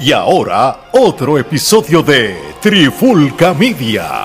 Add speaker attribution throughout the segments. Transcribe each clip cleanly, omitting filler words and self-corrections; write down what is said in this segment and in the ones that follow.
Speaker 1: Y ahora, otro episodio de Trifulca Media.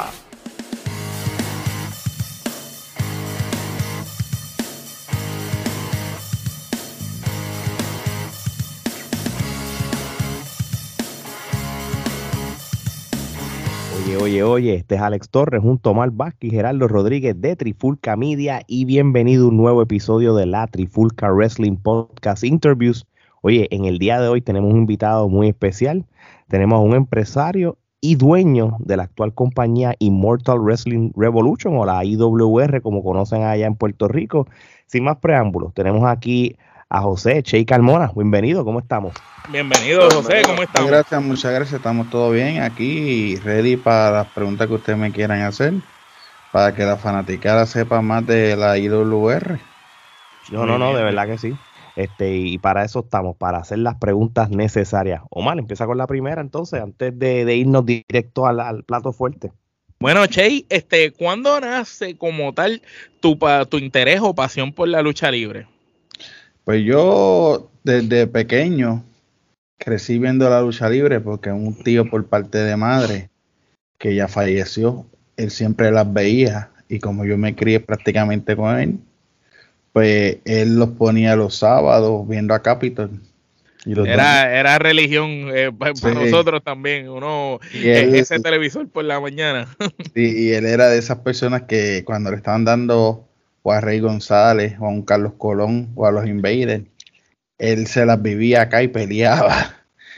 Speaker 2: Oye, este es Alex Torres junto a Omar Vázquez y Gerardo Rodríguez de Trifulca Media y bienvenido a un nuevo episodio de la Trifulca Wrestling Podcast Interviews. Oye, en el día de hoy tenemos un invitado muy especial, tenemos a un empresario y dueño de la actual compañía Immortal Wrestling Revolution o la IWR como conocen allá en Puerto Rico. Sin más preámbulos, tenemos aquí a José Che Carmona. Bienvenido, ¿cómo estamos?
Speaker 3: Bienvenido, José, ¿cómo estamos?
Speaker 4: Muchas gracias, estamos todo bien aquí, ready para las preguntas que ustedes me quieran hacer, para que la fanaticada sepa más de la IWR.
Speaker 2: No, de verdad que sí. Y para eso estamos, para hacer las preguntas necesarias. Omar, empieza con la primera entonces, antes de irnos directo al plato fuerte.
Speaker 3: Bueno, Che, ¿cuándo nace como tal tu interés o pasión por la lucha libre?
Speaker 4: Pues yo desde pequeño crecí viendo la lucha libre porque un tío por parte de madre que ya falleció, él siempre las veía y como yo me crié prácticamente con él, pues él los ponía los sábados viendo a Capitol.
Speaker 3: Era religión para
Speaker 4: sí.
Speaker 3: Nosotros también, ese televisor por la mañana.
Speaker 4: Sí, y él era de esas personas que cuando le estaban dando o a Rey González o a un Carlos Colón o a los Invaders, él se las vivía acá y peleaba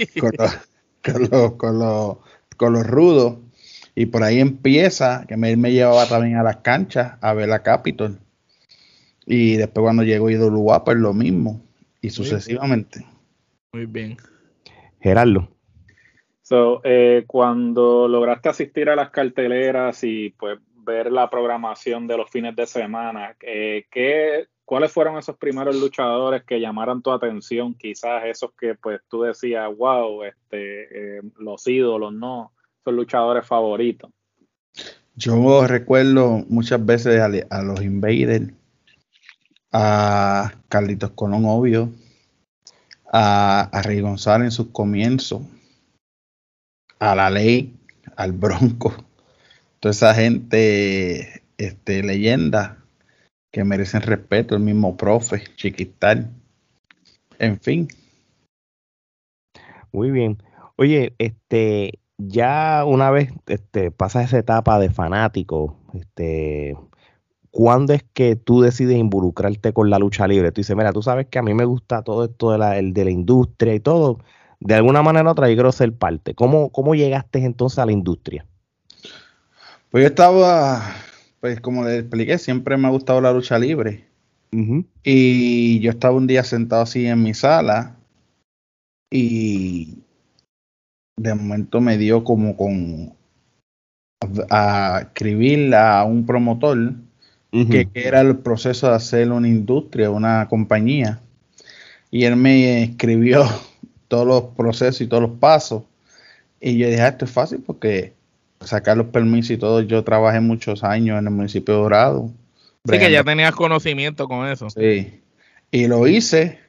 Speaker 4: con los rudos. Y por ahí empieza, que él me llevaba también a las canchas a ver la Capitol. Y después cuando llegó IWA, pues lo mismo. Y sucesivamente.
Speaker 3: Muy bien.
Speaker 2: Gerardo.
Speaker 5: Cuando lograste asistir a las carteleras y pues ver la programación de los fines de semana, ¿cuáles fueron esos primeros luchadores que llamaron tu atención? Quizás esos que pues tú decías, wow, los ídolos, ¿no? Son luchadores favoritos.
Speaker 4: Yo recuerdo muchas veces a los Invaders, a Carlitos Colón, obvio, a Rey González en sus comienzos, a La Ley, al Bronco, toda esa gente, leyenda, que merecen respeto, el mismo Profe, Chiquistal, en fin.
Speaker 2: Muy bien. Oye, ya una vez pasas esa etapa de fanático, ¿cuándo es que tú decides involucrarte con la lucha libre? Tú dices, mira, tú sabes que a mí me gusta todo esto de la industria y todo. De alguna manera u otra yo quiero ser parte. ¿Cómo llegaste entonces a la industria?
Speaker 4: Pues yo estaba, pues como les expliqué, siempre me ha gustado la lucha libre. Uh-huh. Y yo estaba un día sentado así en mi sala y de momento me dio como a escribir a un promotor, uh-huh, que era el proceso de hacer una industria, una compañía. Y él me escribió todos los procesos y todos los pasos. Y yo dije, esto es fácil porque sacar los permisos y todo, yo trabajé muchos años en el municipio de Dorado.
Speaker 3: Sí, que ya tenías conocimiento con eso.
Speaker 4: Sí, y lo hice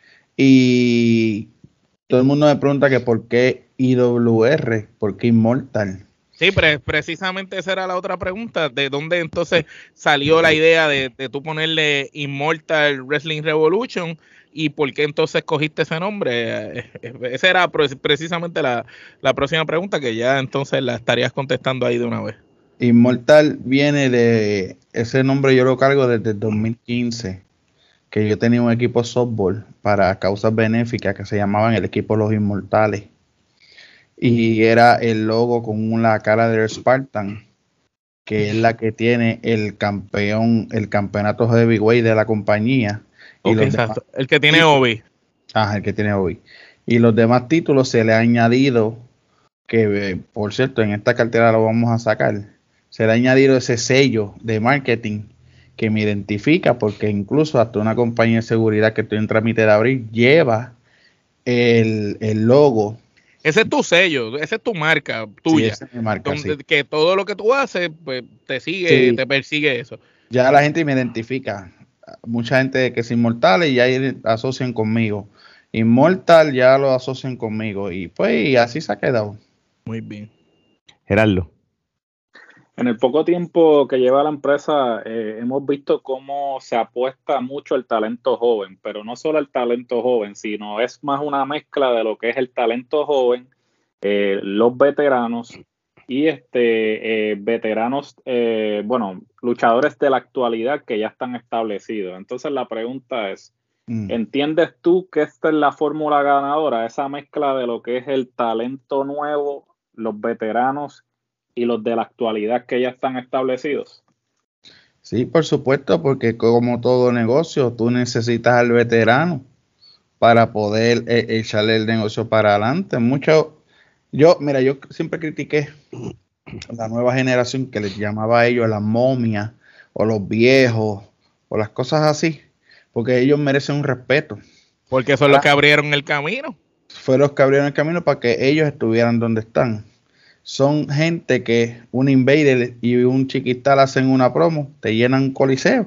Speaker 4: y todo el mundo me pregunta que por qué IWR, por qué Immortal.
Speaker 3: Sí, precisamente esa era la otra pregunta, ¿de dónde entonces salió la idea de tú ponerle Immortal Wrestling Revolution y por qué entonces escogiste ese nombre? Esa era precisamente la próxima pregunta que ya entonces la estarías contestando ahí de una vez.
Speaker 4: Immortal viene de, ese nombre yo lo cargo desde el 2015, que yo tenía un equipo de softball para causas benéficas que se llamaban el equipo Los Inmortales. Y era el logo con la cara de Spartan, que es la que tiene el campeonato heavyweight de la compañía.
Speaker 3: Okay,
Speaker 4: y
Speaker 3: exacto. El que tiene Obi.
Speaker 4: El que tiene Obi. Y los demás títulos se le ha añadido, que por cierto, en esta cartera lo vamos a sacar, se le ha añadido ese sello de marketing que me identifica, porque incluso hasta una compañía de seguridad que estoy en trámite de abrir lleva el logo.
Speaker 3: Ese es tu sello, esa es tu marca tuya.
Speaker 4: Sí, esa es mi marca,
Speaker 3: donde,
Speaker 4: sí.
Speaker 3: Que todo lo que tú haces, pues te sigue, sí, te persigue eso.
Speaker 4: Ya la gente me identifica. Mucha gente que es inmortal y ya asocian conmigo. Immortal ya lo asocian conmigo y pues y así se ha quedado.
Speaker 3: Muy bien.
Speaker 2: Gerardo.
Speaker 5: En el poco tiempo que lleva la empresa, hemos visto cómo se apuesta mucho al talento joven, pero no solo al talento joven, sino es más una mezcla de lo que es el talento joven, los veteranos y veteranos, luchadores de la actualidad que ya están establecidos. Entonces la pregunta es, ¿entiendes tú que esta es la fórmula ganadora, esa mezcla de lo que es el talento nuevo, los veteranos y los de la actualidad que ya están establecidos?
Speaker 4: Sí, por supuesto, porque como todo negocio, tú necesitas al veterano para poder echarle el negocio para adelante. Yo siempre critiqué la nueva generación que les llamaba a ellos las momias o los viejos o las cosas así, porque ellos merecen un respeto.
Speaker 3: Porque son los que abrieron el camino.
Speaker 4: Fueron los que abrieron el camino para que ellos estuvieran donde están. Son gente que un Invader y un Chiquistal hacen una promo, te llenan coliseo.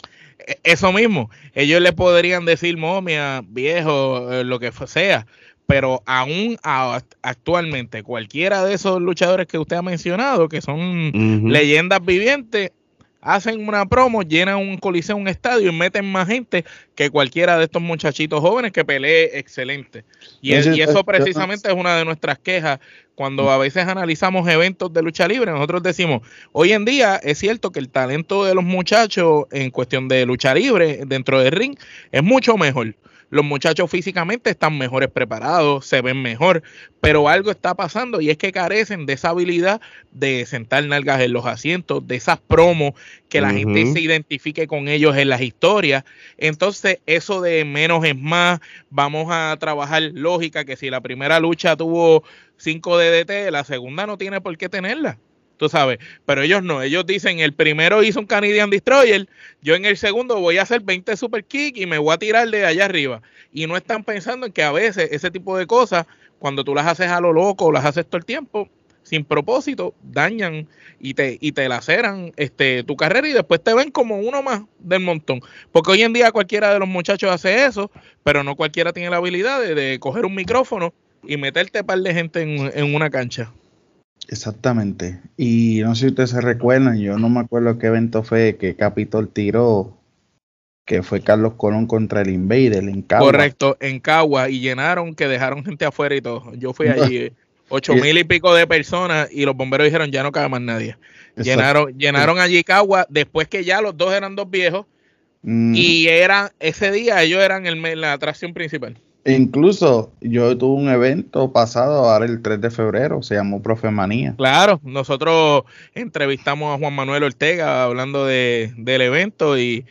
Speaker 3: Eso mismo, ellos le podrían decir momia, viejo, lo que sea, pero aún actualmente cualquiera de esos luchadores que usted ha mencionado, que son leyendas vivientes, hacen una promo, llenan un coliseo, un estadio y meten más gente que cualquiera de estos muchachitos jóvenes que pelee excelente. Y eso precisamente es una de nuestras quejas cuando a veces analizamos eventos de lucha libre. Nosotros decimos, hoy en día es cierto que el talento de los muchachos en cuestión de lucha libre dentro del ring es mucho mejor. Los muchachos físicamente están mejores preparados, se ven mejor, pero algo está pasando y es que carecen de esa habilidad de sentar nalgas en los asientos, de esas promos, que la gente se identifique con ellos en las historias. Entonces, eso de menos es más, vamos a trabajar lógica, que si la primera lucha tuvo 5 DDT, la segunda no tiene por qué tenerla. Tú sabes, pero ellos no, ellos dicen, el primero hizo un Canadian Destroyer, yo en el segundo voy a hacer 20 super kick y me voy a tirar de allá arriba, y no están pensando en que a veces ese tipo de cosas, cuando tú las haces a lo loco, las haces todo el tiempo, sin propósito, dañan y te laceran tu carrera y después te ven como uno más del montón, porque hoy en día cualquiera de los muchachos hace eso, pero no cualquiera tiene la habilidad de coger un micrófono y meterte par de gente en una cancha.
Speaker 4: Exactamente. Y no sé si ustedes se recuerdan, yo no me acuerdo qué evento fue que Capitol tiró, que fue Carlos Colón contra el Invader en Cagua.
Speaker 3: Correcto, en Cagua, y llenaron, que dejaron gente afuera y todo. Yo fui allí, 8,000 y pico de personas, y los bomberos dijeron, ya no cabe más nadie. Llenaron allí Cagua, después que ya los dos eran dos viejos, y ese día ellos eran la atracción principal.
Speaker 4: Incluso yo tuve un evento pasado, ahora el 3 de febrero, se llamó Profemanía.
Speaker 3: Claro, nosotros entrevistamos a Juan Manuel Ortega hablando del evento y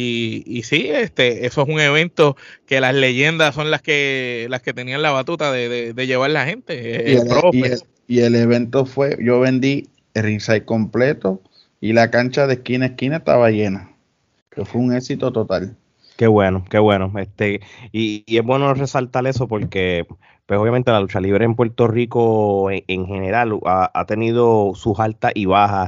Speaker 3: sí, eso es un evento que las leyendas son las que tenían la batuta de llevar la gente.
Speaker 4: Y el evento fue, yo vendí el ringside completo y la cancha de esquina a esquina estaba llena, que fue un éxito total.
Speaker 2: Qué bueno, qué bueno. Y es bueno resaltar eso porque, pues obviamente la lucha libre en Puerto Rico en general ha tenido sus altas y bajas,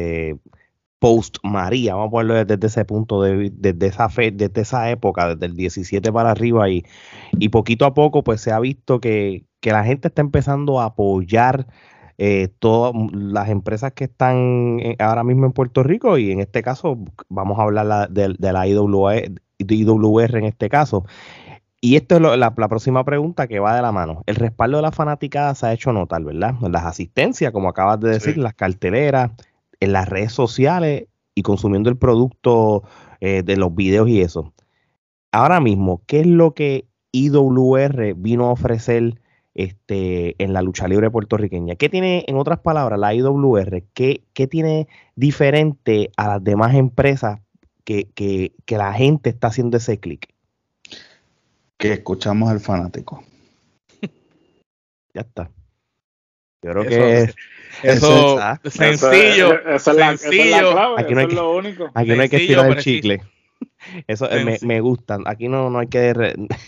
Speaker 2: post María, vamos a ponerlo desde ese punto, desde esa época, desde el 17 para arriba, y poquito a poco pues se ha visto que la gente está empezando a apoyar todas las empresas que están ahora mismo en Puerto Rico, y en este caso vamos a hablar de la IWR en este caso. Y esto es la próxima pregunta que va de la mano. El respaldo de la fanaticada se ha hecho notar, ¿verdad? En las asistencias, como acabas de decir, en las carteleras, en las redes sociales y consumiendo el producto de los videos y eso. Ahora mismo, ¿qué es lo que IWR vino a ofrecer en la lucha libre puertorriqueña? ¿Qué tiene, en otras palabras, la IWR? ¿Qué tiene diferente a las demás empresas que la gente está haciendo ese clic?
Speaker 4: Que escuchamos al fanático.
Speaker 2: Ya está. Yo creo que
Speaker 3: eso sencillo.
Speaker 5: Esa es la clave.
Speaker 2: Aquí no hay
Speaker 5: lo único.
Speaker 2: Aquí no hay que estirar el chicle. Eso me gustan. Aquí no hay que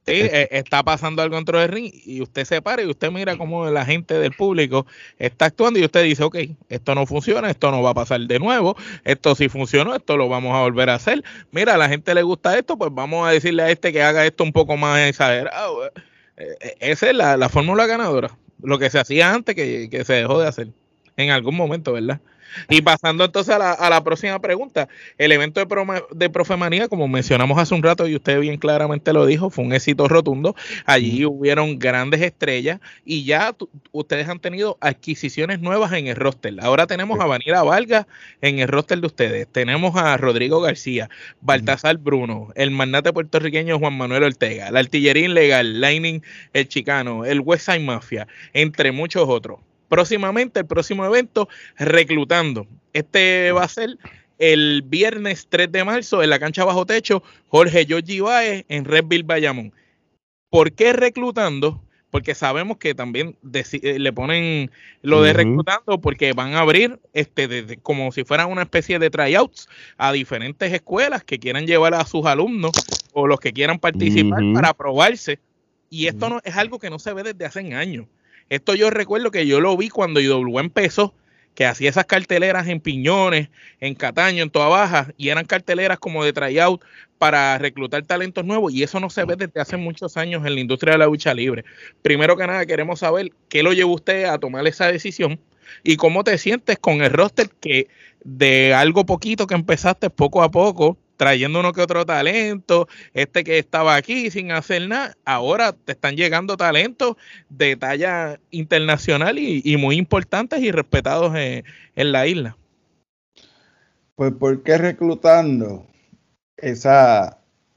Speaker 3: Sí, está pasando algo dentro del ring y usted se para y usted mira cómo la gente del público está actuando y usted dice, ok, esto no funciona, esto no va a pasar de nuevo, esto sí funcionó, esto lo vamos a volver a hacer. Mira, a la gente le gusta esto, pues vamos a decirle a este que haga esto un poco más exagerado. Esa es la fórmula ganadora, lo que se hacía antes que se dejó de hacer en algún momento, ¿verdad? Y pasando entonces a la próxima pregunta, el evento de Profemanía, como mencionamos hace un rato y usted bien claramente lo dijo, fue un éxito rotundo. Allí hubieron grandes estrellas y ya ustedes han tenido adquisiciones nuevas en el roster. Ahora tenemos a Vanilla Vargas en el roster de ustedes, tenemos a Rodrigo García, Baltasar Bruno, el magnate puertorriqueño Juan Manuel Ortega, la Artillería Ilegal, Lightning el Chicano, el Westside Mafia, entre muchos otros. Próximamente, el próximo evento, Reclutando. Este va a ser el viernes 3 de marzo en la cancha bajo techo Jorge Giorgi Báez en Redville, Bayamón. ¿Por qué Reclutando? Porque sabemos que también le ponen lo de Reclutando porque van a abrir como si fuera una especie de tryouts a diferentes escuelas que quieran llevar a sus alumnos o los que quieran participar para probarse. Y esto no es algo que no se ve desde hace años. Esto yo recuerdo que yo lo vi cuando IWA empezó, que hacía esas carteleras en Piñones, en Cataño, en Toa Baja, y eran carteleras como de tryout para reclutar talentos nuevos, y eso no se ve desde hace muchos años en la industria de la lucha libre. Primero que nada, queremos saber qué lo llevó usted a tomar esa decisión y cómo te sientes con el roster que de algo poquito que empezaste poco a poco, trayendo uno que otro talento, que estaba aquí sin hacer nada, ahora te están llegando talentos de talla internacional y muy importantes y respetados en la isla.
Speaker 4: Pues, ¿por qué Reclutando? Esa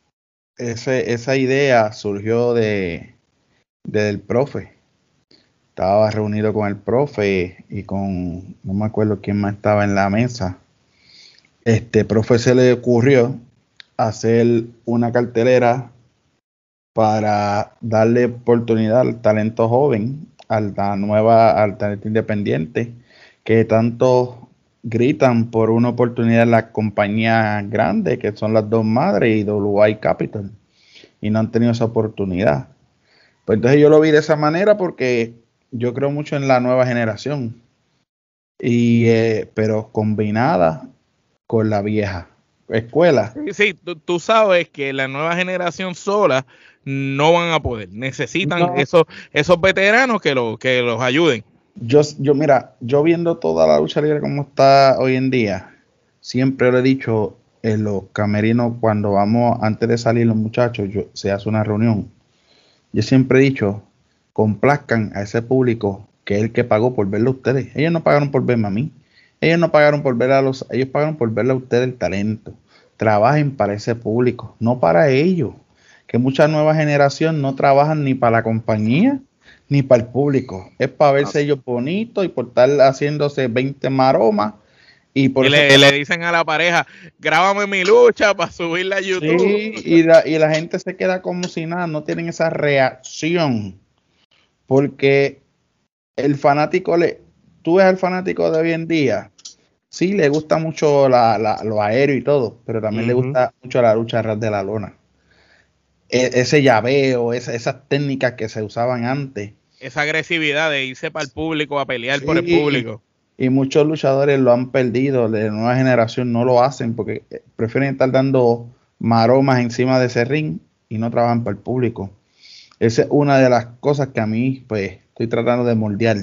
Speaker 4: idea surgió del profe. Estaba reunido con el profe y con, no me acuerdo quién más estaba en la mesa. Profe se le ocurrió hacer una cartelera para darle oportunidad al talento joven, al talento independiente, que tanto gritan por una oportunidad en las compañías grandes, que son las dos madres y WI Capital, y no han tenido esa oportunidad. Pues entonces yo lo vi de esa manera porque yo creo mucho en la nueva generación, pero combinada con la vieja escuela.
Speaker 3: Sí, tú sabes que la nueva generación sola no van a poder. Necesitan esos veteranos que los ayuden.
Speaker 4: Yo viendo toda la lucha libre como está hoy en día, siempre lo he dicho en los camerinos cuando vamos, antes de salir los muchachos, se hace una reunión. Yo siempre he dicho, complazcan a ese público que es el que pagó por verlo a ustedes. Ellos no pagaron por verme a mí. Ellos no pagaron por ellos pagaron por verle a ustedes el talento. Trabajen para ese público, no para ellos. Que mucha nueva generación no trabajan ni para la compañía ni para el público. Es para verse ellos bonitos y por estar haciéndose 20 maromas. Y
Speaker 3: le dicen a la pareja, grábame mi lucha para subirla a YouTube.
Speaker 4: Sí, y la gente se queda como si nada, no tienen esa reacción. Porque el fanático, tú ves al fanático de hoy en día, sí, le gusta mucho lo aéreo y todo, pero también le gusta mucho la lucha ras de la lona. Ese llaveo, esas técnicas que se usaban antes.
Speaker 3: Esa agresividad de irse para el público, a pelear por el público.
Speaker 4: Y muchos luchadores lo han perdido, de la nueva generación no lo hacen porque prefieren estar dando maromas encima de ese ring y no trabajan para el público. Esa es una de las cosas que a mí, pues, estoy tratando de moldear.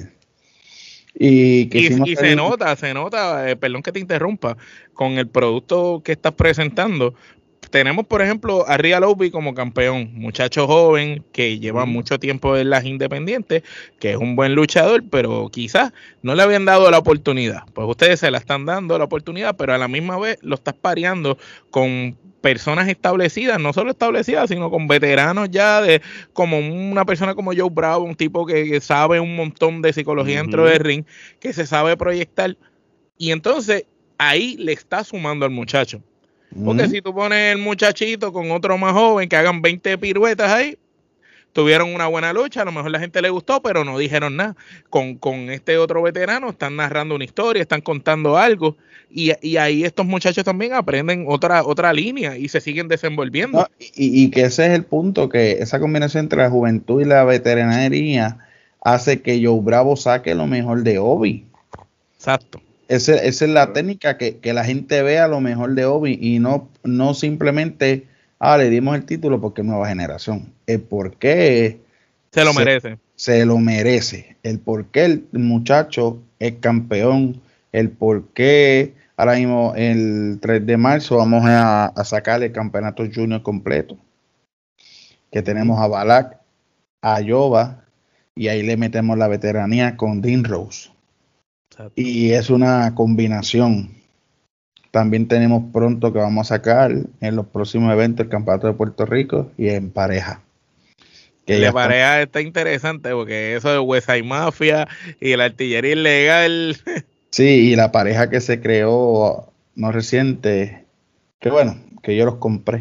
Speaker 4: Y se nota,
Speaker 3: perdón que te interrumpa, con el producto que estás presentando. Tenemos, por ejemplo, a Real Obi como campeón, muchacho joven que lleva mucho tiempo en las independientes, que es un buen luchador, pero quizás no le habían dado la oportunidad. Pues ustedes se la están dando la oportunidad, pero a la misma vez lo estás pareando con personas establecidas, no solo establecidas, sino con veteranos ya, como una persona como Joe Bravo, un tipo que sabe un montón de psicología dentro del ring, que se sabe proyectar, y entonces ahí le está sumando al muchacho. Porque si tú pones el muchachito con otro más joven que hagan 20 piruetas ahí, tuvieron una buena lucha, a lo mejor la gente le gustó, pero no dijeron nada. Con este otro veterano están narrando una historia, están contando algo, y ahí estos muchachos también aprenden otra línea y se siguen desenvolviendo.
Speaker 4: No, y que ese es el punto, que esa combinación entre la juventud y la veteranería hace que Joe Bravo saque lo mejor de Obi.
Speaker 3: Exacto.
Speaker 4: Esa es la técnica, que la gente vea lo mejor de Obi y no simplemente, le dimos el título porque es nueva generación. El por qué
Speaker 3: se lo merece.
Speaker 4: Se lo merece. El por qué el muchacho es campeón. El por qué ahora mismo el 3 de marzo vamos a sacar el campeonato junior completo. Que tenemos a Balak, a Yoba, y ahí le metemos la veteranía con Dean Rose. Exacto. Y es una combinación. También tenemos pronto que vamos a sacar en los próximos eventos el campeonato de Puerto Rico y en pareja.
Speaker 3: Que la pareja está interesante porque eso de West Side Mafia y la artillería ilegal.
Speaker 4: Sí, y la pareja que se creó no reciente, que bueno, que yo los compré,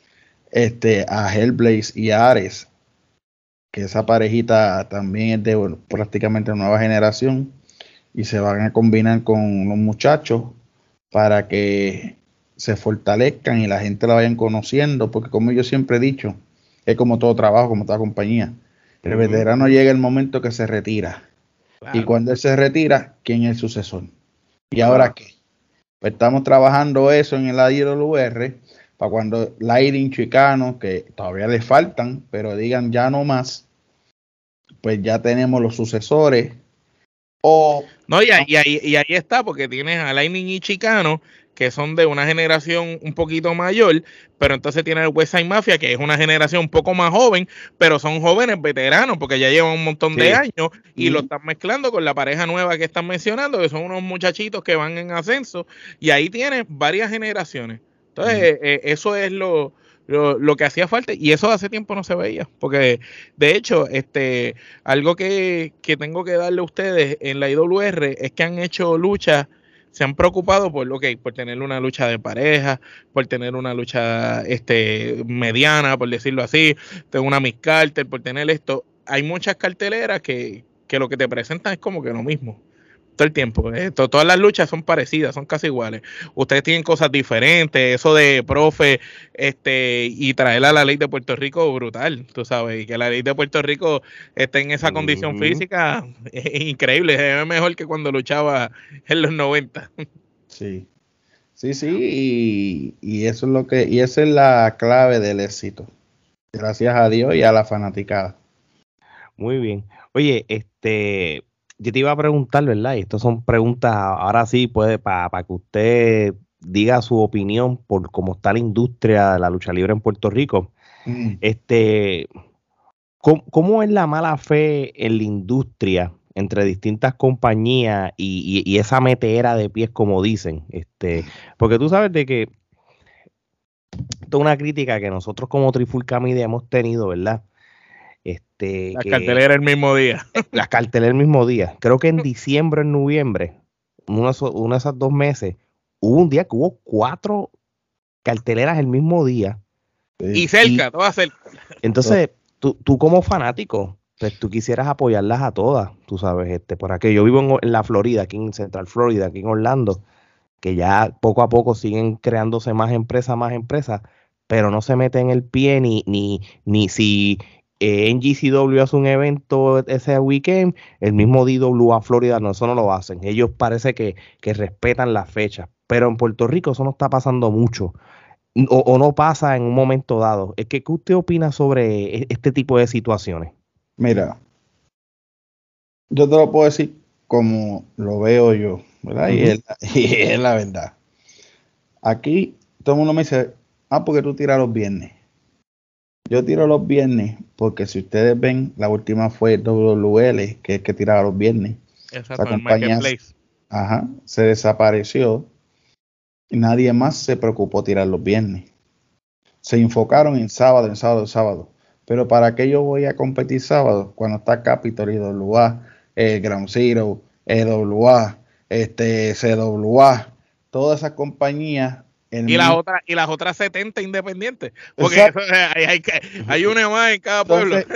Speaker 4: a Hellblaze y a Ares, que esa parejita también es de prácticamente nueva generación y se van a combinar con los muchachos para que se fortalezcan y la gente la vayan conociendo, porque como yo siempre he dicho, es como todo trabajo, como toda compañía. El veterano llega el momento que se retira. Claro. Y cuando él se retira, ¿quién es el sucesor? ¿Y ahora qué? Pues estamos trabajando eso en el IWR para cuando Lightning, Chicano, que todavía les faltan, pero digan ya no más, pues ya tenemos los sucesores.
Speaker 3: No, y ahí está, porque tienes a Lightning y Chicano, que son de una generación un poquito mayor, pero entonces tiene el West Side Mafia, que es una generación un poco más joven, pero son jóvenes veteranos, porque ya llevan un montón de años, y lo están mezclando con la pareja nueva que están mencionando, que son unos muchachitos que van en ascenso, y ahí tienes varias generaciones. Entonces, eso es lo que hacía falta, y eso hace tiempo no se veía, porque de hecho, algo que tengo que darle a ustedes en la IWR es que han hecho luchas, se han preocupado por tener una lucha de pareja, por tener una lucha mediana, por decirlo así, tengo una Miss Carter, por tener esto. Hay muchas carteleras que lo que te presentan es como que lo mismo. Todo el tiempo, todas las luchas son parecidas, son casi iguales. Ustedes tienen cosas diferentes, eso de profe, y traer a la ley de Puerto Rico brutal, tú sabes, y que la ley de Puerto Rico esté en esa condición física, es increíble, es mejor que cuando luchaba en los 90.
Speaker 4: Sí, y eso es y esa es la clave del éxito. Gracias a Dios y a la fanaticada.
Speaker 2: Muy bien. Oye, yo te iba a preguntar, ¿verdad? Y estas son preguntas, ahora sí, para que usted diga su opinión por cómo está la industria de la lucha libre en Puerto Rico. ¿Cómo es la mala fe en la industria entre distintas compañías y esa metera de pies, como dicen? Porque tú sabes de que esto es una crítica que nosotros como Trifulca Media hemos tenido, ¿verdad?
Speaker 3: Las carteleras el mismo día.
Speaker 2: Las carteleras el mismo día. Creo que en diciembre, en noviembre, uno de esos 2 meses, hubo un día que hubo 4 carteleras el mismo día.
Speaker 3: Y cerca, todas cerca.
Speaker 2: Entonces, tú como fanático, pues tú quisieras apoyarlas a todas, tú sabes, por aquí. Yo vivo en la Florida, aquí en Central Florida, aquí en Orlando, que ya poco a poco siguen creándose más empresas, pero no se meten el pie ni si NGCW hace un evento ese weekend, el mismo DWA Florida, no, eso no lo hacen. Ellos parece que respetan las fechas, pero en Puerto Rico eso no está pasando mucho, o no pasa en un momento dado. ¿Qué usted opina sobre este tipo de situaciones?
Speaker 4: Mira, yo te lo puedo decir como lo veo yo, ¿verdad? Y es la verdad. Aquí todo el mundo me dice, porque tú tiras los viernes. Yo tiro los viernes porque si ustedes ven, la última fue WL, que es que tiraba los viernes.
Speaker 3: Exacto, la compañía
Speaker 4: se desapareció y nadie más se preocupó tirar los viernes. Se enfocaron en sábado. Pero ¿para qué yo voy a competir sábado cuando está Capitol, IWA, Ground Zero, EWA, CWA, todas esas compañías?
Speaker 3: Y las otras 70 independientes, porque eso, hay una más en cada pueblo.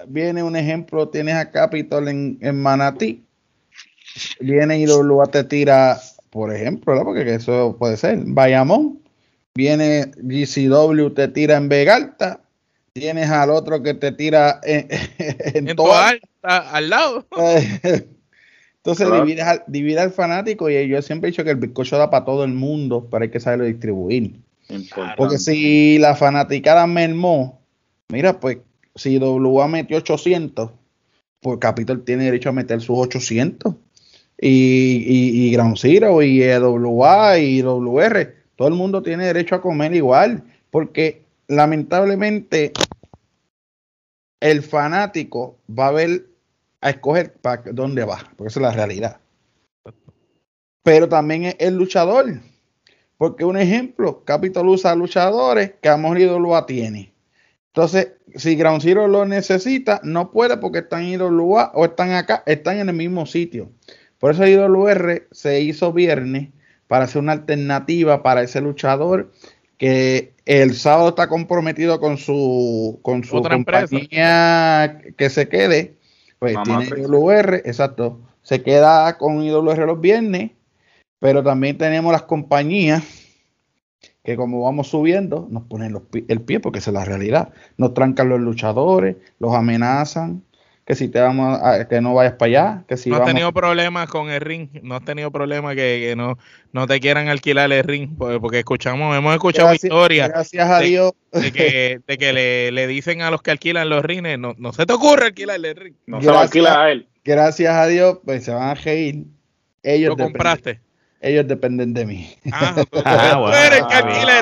Speaker 4: viene un ejemplo, tienes a Capitol en Manatí, viene IWA te tira, por ejemplo, ¿verdad? Porque eso puede ser, Bayamón, viene GCW te tira en Vegalta, tienes al otro que te tira en
Speaker 3: Toa Alta, al lado.
Speaker 4: Entonces
Speaker 5: Claro.
Speaker 4: divide al fanático, y yo siempre he dicho que el bizcocho da para todo el mundo, pero hay que saberlo distribuir.
Speaker 5: Importante.
Speaker 4: Porque si la fanaticada mermó, mira, pues si WA metió 800, pues Capitol tiene derecho a meter sus 800. Y Ground Zero y WA y WR, todo el mundo tiene derecho a comer igual, porque lamentablemente el fanático va a escoger para dónde va, porque esa es la realidad. Pero también es el luchador, porque un ejemplo, Capitol usa luchadores que Amor IWA tiene. Entonces, si Ground Zero lo necesita, no puede porque están en IWA o están acá, están en el mismo sitio. Por eso IWR se hizo viernes para hacer una alternativa para ese luchador que el sábado está comprometido con su
Speaker 3: Otra
Speaker 4: compañía que se quede, pues
Speaker 5: Mamá
Speaker 4: tiene IWR, exacto, se queda con IWR los viernes, pero también tenemos las compañías que como vamos subiendo, nos ponen el pie, porque esa es la realidad. Nos trancan los luchadores, los amenazan, que si te vamos que no vayas para allá, que si
Speaker 3: No has
Speaker 4: vamos...
Speaker 3: tenido problemas con el ring, no has tenido problemas que no te quieran alquilar el ring, porque hemos escuchado historias
Speaker 4: Gracias a Dios.
Speaker 3: de que le dicen a los que alquilan los rines, no se te ocurre alquilarle el ring.
Speaker 5: No se lo alquila a él.
Speaker 4: Gracias a Dios, pues se van a reír.
Speaker 3: Lo compraste.
Speaker 4: Ellos dependen de mí.
Speaker 3: Tú eres el que alquila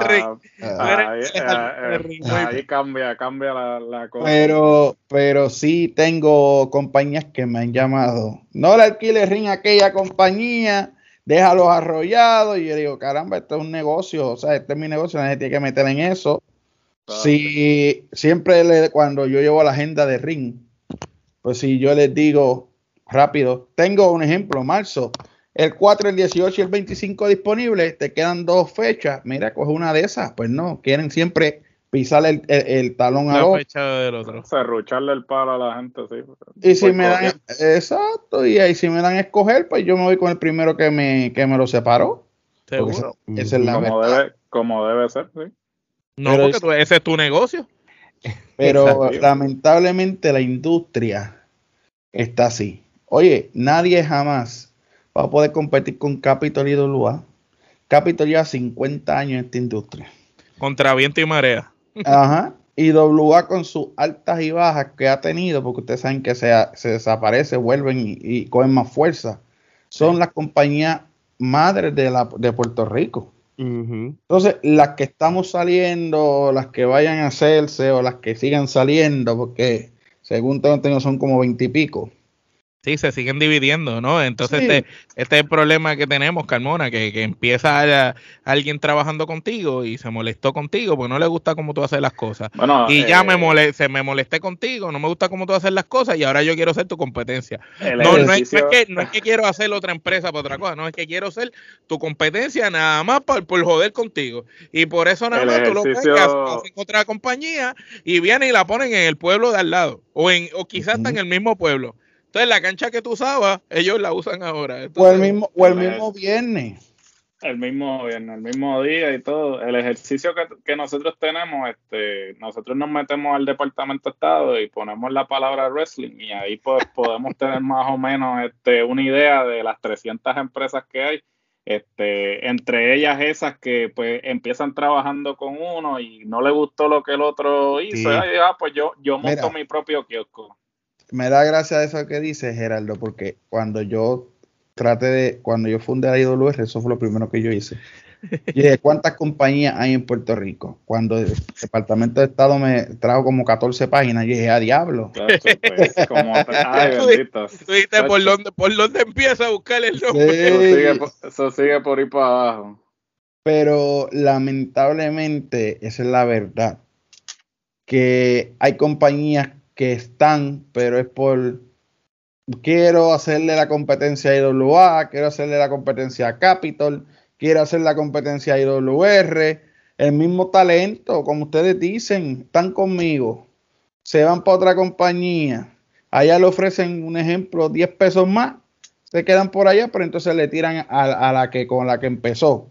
Speaker 3: el ring.
Speaker 5: Ahí cambia la cosa.
Speaker 4: Pero sí tengo compañías que me han llamado. No le alquile ring a aquella compañía, déjalos arrollados. Y yo digo, caramba, esto es un negocio. O sea, este es mi negocio, nadie tiene que meter en eso. Si siempre cuando yo llevo la agenda de ring, pues si yo les digo rápido, tengo un ejemplo, marzo. El 4, el 18 y el 25 disponibles, te quedan 2 fechas. Mira, coge una de esas. Pues no, quieren siempre pisar el talón a
Speaker 3: la fecha del otro.
Speaker 5: Serrucharle el palo a la gente, sí.
Speaker 4: Y si me dan, exacto, y ahí si me dan a escoger, pues yo me voy con el primero que me lo separó.
Speaker 3: Seguro.
Speaker 4: Esa es la verdad.
Speaker 5: Como debe ser, sí.
Speaker 3: No,
Speaker 4: Pero
Speaker 3: porque ese es tu negocio.
Speaker 4: Pero lamentablemente la industria está así. Oye, nadie jamás va a poder competir con Capitol y IWA. Capitol lleva 50 años en esta industria.
Speaker 3: Contra viento y marea.
Speaker 4: Ajá. Y IWA con sus altas y bajas que ha tenido, porque ustedes saben que se desaparece, vuelven y cogen más fuerza. Son las compañías madres de Puerto Rico. Entonces, las que estamos saliendo, las que vayan a hacerse o las que sigan saliendo, porque según tengo entendido son como 20 y pico.
Speaker 3: Sí, se siguen dividiendo, ¿no? Entonces
Speaker 4: Sí.
Speaker 3: este es el problema que tenemos, Carmona, que empieza alguien trabajando contigo y se molestó contigo porque no le gusta cómo tú haces las cosas.
Speaker 5: Bueno,
Speaker 3: y ya me molesté contigo, no me gusta cómo tú haces las cosas y ahora yo quiero ser tu competencia. No es que quiero hacer otra empresa para otra cosa, no es que quiero ser tu competencia nada más por joder contigo. Y por eso nada más tú lo ves que hacen otra compañía y vienen y la ponen en el pueblo de al lado o quizás hasta en el mismo pueblo. Entonces la cancha que tú usabas, ellos la usan ahora. Entonces,
Speaker 4: o el mismo viernes.
Speaker 5: El mismo viernes, el mismo día y todo. El ejercicio que nosotros tenemos, nosotros nos metemos al Departamento de Estado y ponemos la palabra wrestling y ahí pues podemos tener más o menos una idea de las 300 empresas que hay. Entre ellas esas que pues empiezan trabajando con uno y no le gustó lo que el otro hizo.
Speaker 4: Sí.
Speaker 5: Pues yo monto mi propio kiosco.
Speaker 4: Me da gracia eso que dice Gerardo, porque cuando yo fundé la IWR, eso fue lo primero que yo hice. Y dije, ¿cuántas compañías hay en Puerto Rico? Cuando el Departamento de Estado me trajo como 14 páginas, yo dije, ¡a diablo!
Speaker 5: Pues, ay, bendito.
Speaker 3: Tú dijiste, ¿por dónde empieza a buscar el nombre?
Speaker 4: Sí.
Speaker 5: Eso sigue por ir para abajo.
Speaker 4: Pero lamentablemente, esa es la verdad, que hay compañías que están, pero es quiero hacerle la competencia a IWA, quiero hacerle la competencia a Capitol, quiero hacer la competencia a IWR, el mismo talento, como ustedes dicen, están conmigo, se van para otra compañía, allá le ofrecen, un ejemplo, 10 pesos más, se quedan por allá, pero entonces le tiran a la que con la que empezó.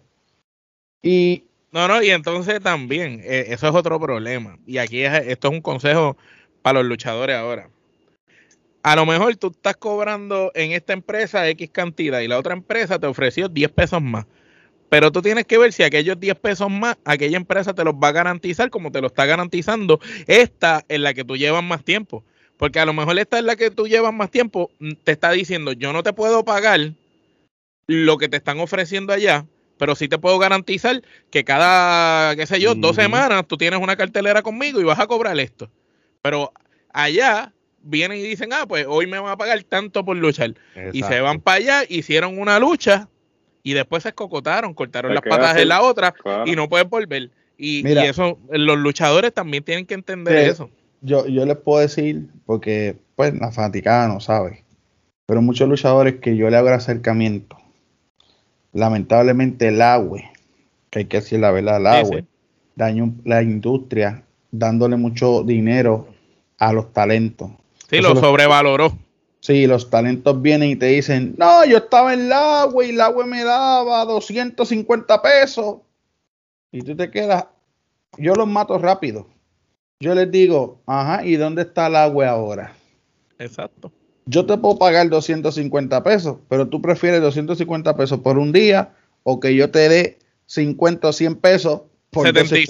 Speaker 4: Y
Speaker 3: No, y entonces también, eso es otro problema. Y aquí esto es un consejo para los luchadores ahora. A lo mejor tú estás cobrando en esta empresa X cantidad y la otra empresa te ofreció 10 pesos más. Pero tú tienes que ver si aquellos 10 pesos más, aquella empresa te los va a garantizar como te lo está garantizando esta en la que tú llevas más tiempo. Porque a lo mejor esta en la que tú llevas más tiempo te está diciendo, yo no te puedo pagar lo que te están ofreciendo allá, pero sí te puedo garantizar que cada, qué sé yo, 2 semanas tú tienes una cartelera conmigo y vas a cobrar esto. Pero allá vienen y dicen, pues hoy me van a pagar tanto por luchar. Exacto. Y se van para allá, hicieron una lucha y después se escocotaron, cortaron las patas de la otra, claro, y no pueden volver. Y eso, los luchadores también tienen que entender eso.
Speaker 4: Yo les puedo decir, porque pues la fanaticada no sabe, pero muchos luchadores que yo le hago el acercamiento, lamentablemente el agua, que hay que decir la verdad, el agua, dañó la industria dándole mucho dinero a los talentos.
Speaker 3: Sí, lo sobrevaloró.
Speaker 4: Sí, los talentos vienen y te dicen, no, yo estaba en el agua y el agua me daba 250 pesos. Y tú te quedas, yo los mato rápido. Yo les digo, ¿y dónde está el agua ahora?
Speaker 3: Exacto.
Speaker 4: Yo te puedo pagar 250 pesos, pero tú prefieres 250 pesos por un día o que yo te dé 50 o 100 pesos por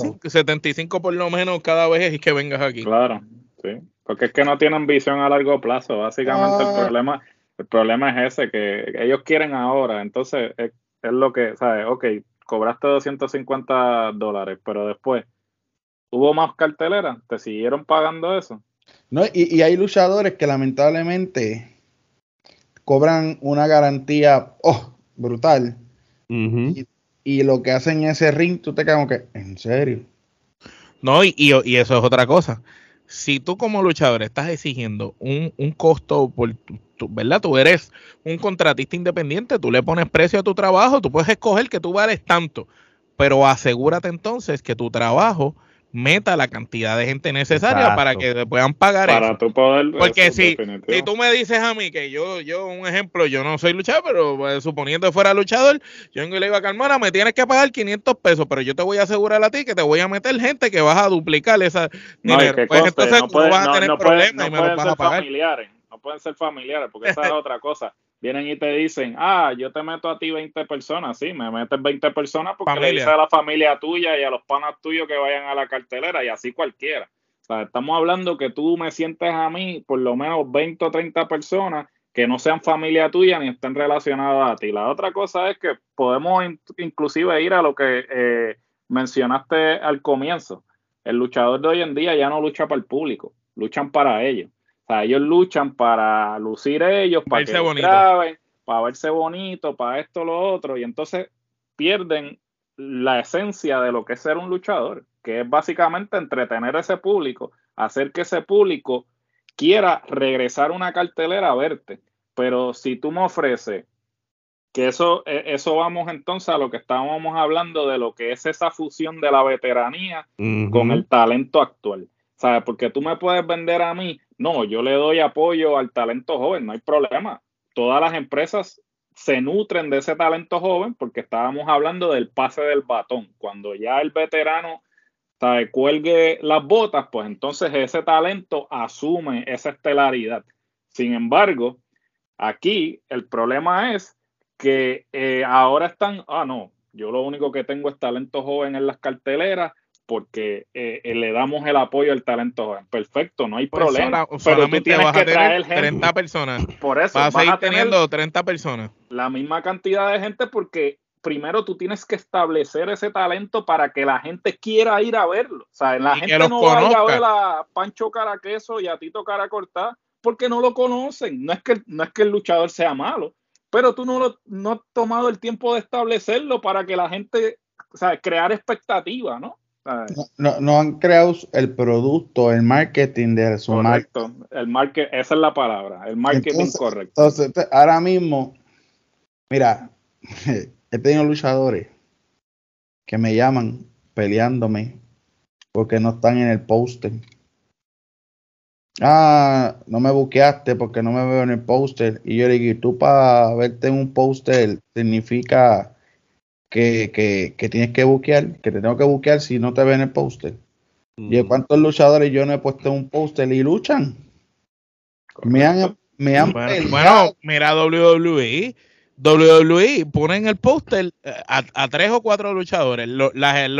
Speaker 3: 75 por lo menos cada vez que vengas aquí.
Speaker 5: Claro, sí. Porque es que no tienen visión a largo plazo. Básicamente el problema es ese, que ellos quieren ahora. Entonces es lo que, ¿sabes? Ok, cobraste $250, pero después hubo más carteleras, ¿te siguieron pagando eso?
Speaker 4: No, y hay luchadores que lamentablemente cobran una garantía brutal. Y lo que hacen en ese ring, tú te quedas como que, ¿en serio?
Speaker 3: No, y eso es otra cosa. Si tú como luchador estás exigiendo un costo por ¿verdad? Tú eres un contratista independiente, tú le pones precio a tu trabajo, tú puedes escoger que tú vales tanto, pero asegúrate entonces que tu trabajo meta la cantidad de gente necesaria para que te puedan pagar
Speaker 5: para
Speaker 3: eso.
Speaker 5: Tu poder,
Speaker 3: porque eso, si tú me dices a mí que yo un ejemplo, yo no soy luchador, pero pues, suponiendo que fuera luchador, yo le digo a Carmona, me tienes que pagar 500 pesos, pero yo te voy a asegurar a ti que te voy a meter gente que vas a duplicar esa dinero. Pues entonces no vas a tener problemas y me los vas a pagar.
Speaker 5: No pueden ser familiares, porque esa es otra cosa. Vienen y te dicen, yo te meto a ti 20 personas, sí, me metes 20 personas porque le dices a la familia tuya y a los panas tuyos que vayan a la cartelera y así cualquiera. O sea, estamos hablando que tú me sientes a mí por lo menos 20 o 30 personas que no sean familia tuya ni estén relacionadas a ti. La otra cosa es que podemos inclusive ir a lo que mencionaste al comienzo. El luchador de hoy en día ya no lucha para el público, luchan para ellos. O sea, ellos luchan para lucir ellos, para que los graben, para verse bonito, para esto, lo otro, y entonces pierden la esencia de lo que es ser un luchador, que es básicamente entretener a ese público, hacer que ese público quiera regresar a una cartelera a verte. Pero si tú me ofreces que eso vamos entonces a lo que estábamos hablando de lo que es esa fusión de la veteranía con el talento actual. ¿Sabes? Porque tú me puedes vender a mí, no, yo le doy apoyo al talento joven, no hay problema. Todas las empresas se nutren de ese talento joven porque estábamos hablando del pase del batón. Cuando ya el veterano, ¿sabes?, cuelgue las botas, pues entonces ese talento asume esa estelaridad. Sin embargo, aquí el problema es que ahora están, no, yo lo único que tengo es talento joven en las carteleras, porque le damos el apoyo al talento joven. Perfecto, no hay problema.
Speaker 3: Pero tú tienes que traer gente. 30 personas.
Speaker 5: Por eso
Speaker 3: vas a seguir teniendo 30 personas.
Speaker 5: La misma cantidad de gente, porque primero tú tienes que establecer ese talento para que la gente quiera ir a verlo. O sea, la gente no va a ir a ver a Pancho Caraqueso y a Tito Cara Cortada porque no lo conocen. No es que el luchador sea malo, pero tú no has tomado el tiempo de establecerlo para que la gente, o sea, crear expectativa, ¿no?
Speaker 4: No han creado el producto, el marketing de su marca.
Speaker 5: Correcto, esa es la palabra, el marketing correcto.
Speaker 4: Entonces, ahora mismo, mira, he tenido luchadores que me llaman peleándome porque no están en el póster. no me buqueaste porque no me veo en el póster. Y yo le digo, tú para verte en un póster significa que tienes que buquear, que te tengo que buquear si no te ven en el póster. Y cuántos luchadores yo no he puesto en un póster y luchan. Me han
Speaker 3: bueno, mira WWE. WWE pone en el póster a 3 o 4 luchadores, los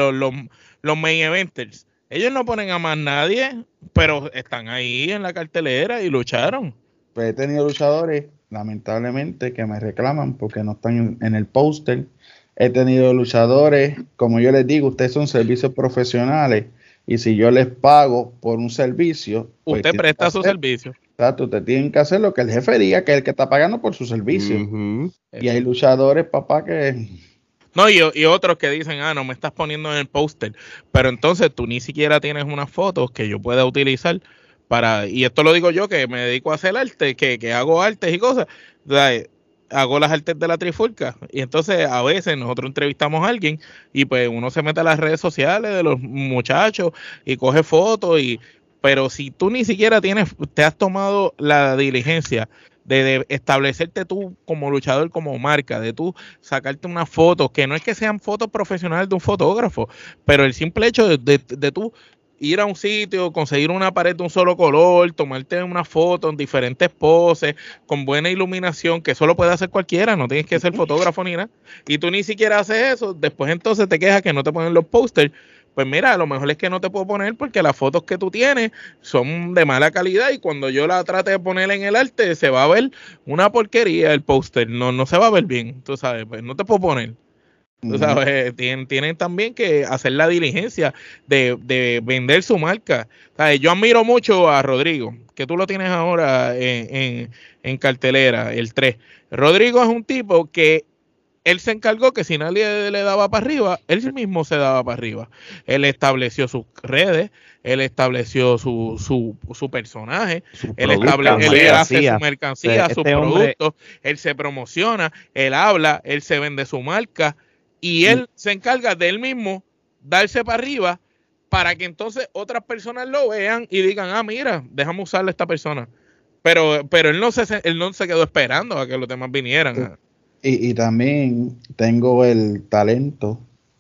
Speaker 3: main eventers. Ellos no ponen a más nadie, pero están ahí en la cartelera y lucharon.
Speaker 4: Pues he tenido luchadores, lamentablemente, que me reclaman porque no están en el póster. He tenido luchadores, como yo les digo, ustedes son servicios profesionales y si yo les pago por un servicio, pues
Speaker 3: usted presta su servicio.
Speaker 4: Exacto, usted tiene que hacer lo que el jefe diga, que es el que está pagando por su servicio. Y hay luchadores, papá, que...
Speaker 3: No, y otros que dicen, no me estás poniendo en el póster, pero entonces tú ni siquiera tienes unas fotos que yo pueda utilizar para, y esto lo digo yo que me dedico a hacer arte, que hago artes y cosas, o sea, hago las artes de la trifulca, y entonces a veces nosotros entrevistamos a alguien y pues uno se mete a las redes sociales de los muchachos y coge fotos, pero si tú ni siquiera te has tomado la diligencia de establecerte tú como luchador, como marca, de tú sacarte unas fotos, que no es que sean fotos profesionales de un fotógrafo, pero el simple hecho de tú ir a un sitio, conseguir una pared de un solo color, tomarte una foto en diferentes poses, con buena iluminación, que eso lo puede hacer cualquiera, no tienes que ser fotógrafo ni nada, y tú ni siquiera haces eso, después entonces te quejas que no te ponen los pósters. Pues mira, a lo mejor es que no te puedo poner porque las fotos que tú tienes son de mala calidad y cuando yo la trate de poner en el arte se va a ver una porquería el póster, no se va a ver bien, tú sabes, pues no te puedo poner. Tú sabes, tienen también que hacer la diligencia de vender su marca. ¿Sabes? Yo admiro mucho a Rodrigo, que tú lo tienes ahora en cartelera, el 3. Rodrigo es un tipo que él se encargó que si nadie le daba para arriba, él mismo se daba para arriba. Él estableció sus redes, él estableció su personaje, él hace su mercancía, sus productos, él se promociona, él habla, él se vende su marca y él se encarga de él mismo darse para arriba para que entonces otras personas lo vean y digan, mira, déjame usarle a esta persona. Pero él no se quedó esperando a que los demás vinieran.
Speaker 4: Y también tengo el talento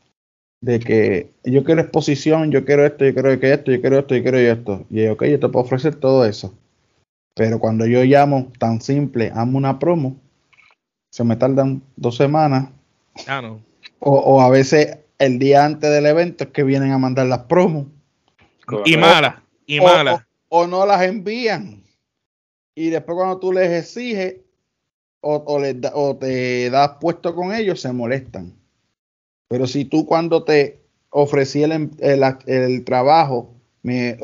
Speaker 4: de que yo quiero exposición, yo quiero esto, yo quiero esto, yo quiero esto, yo quiero esto. Y ok, yo te puedo ofrecer todo eso. Pero cuando yo llamo tan simple, hazme una promo, se me tardan 2 semanas.
Speaker 3: No.
Speaker 4: O a veces el día antes del evento es que vienen a mandar las promos.
Speaker 3: Y malas.
Speaker 4: O no las envían. Y después cuando tú les exiges o te das puesto con ellos, se molestan. Pero si tú cuando te ofrecí el trabajo, me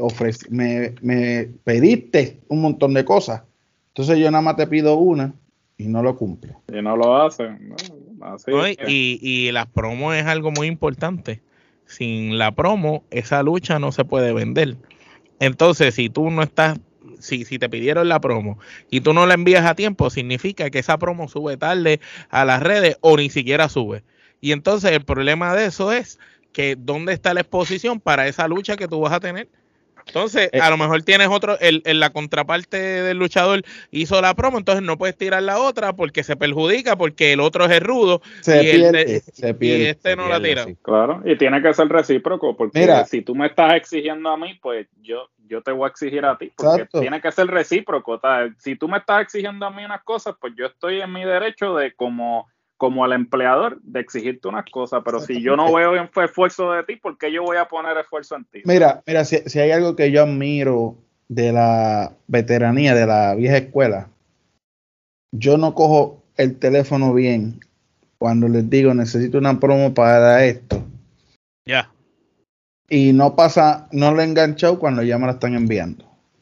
Speaker 4: pediste un montón de cosas, entonces yo nada más te pido una y no lo cumple.
Speaker 5: Y no lo hacen. Así
Speaker 3: ¿no? Y las promos es algo muy importante. Sin la promo, esa lucha no se puede vender. Entonces, si tú no estás, si te pidieron la promo y tú no la envías a tiempo, significa que esa promo sube tarde a las redes o ni siquiera sube. Y entonces el problema de eso es que ¿dónde está la exposición para esa lucha que tú vas a tener? Entonces, a lo mejor tienes otro, la contraparte del luchador hizo la promo, entonces no puedes tirar la otra porque se perjudica, porque el otro es el rudo
Speaker 4: se pierde,
Speaker 3: y no la tira.
Speaker 5: Sí. Claro, y tiene que ser recíproco, porque mira, si tú me estás exigiendo a mí, pues yo te voy a exigir a ti, porque exacto, tiene que ser recíproco. Si tú me estás exigiendo a mí unas cosas, pues yo estoy en mi derecho de como el empleador de exigirte unas cosas, pero si yo no veo esfuerzo de ti, ¿por qué yo voy a poner esfuerzo en ti?
Speaker 4: Mira, si hay algo que yo admiro de la veteranía, de la vieja escuela, yo no cojo el teléfono bien cuando les digo necesito una promo para esto.
Speaker 3: Ya.
Speaker 4: Y no lo he enganchado cuando ya me la están enviando.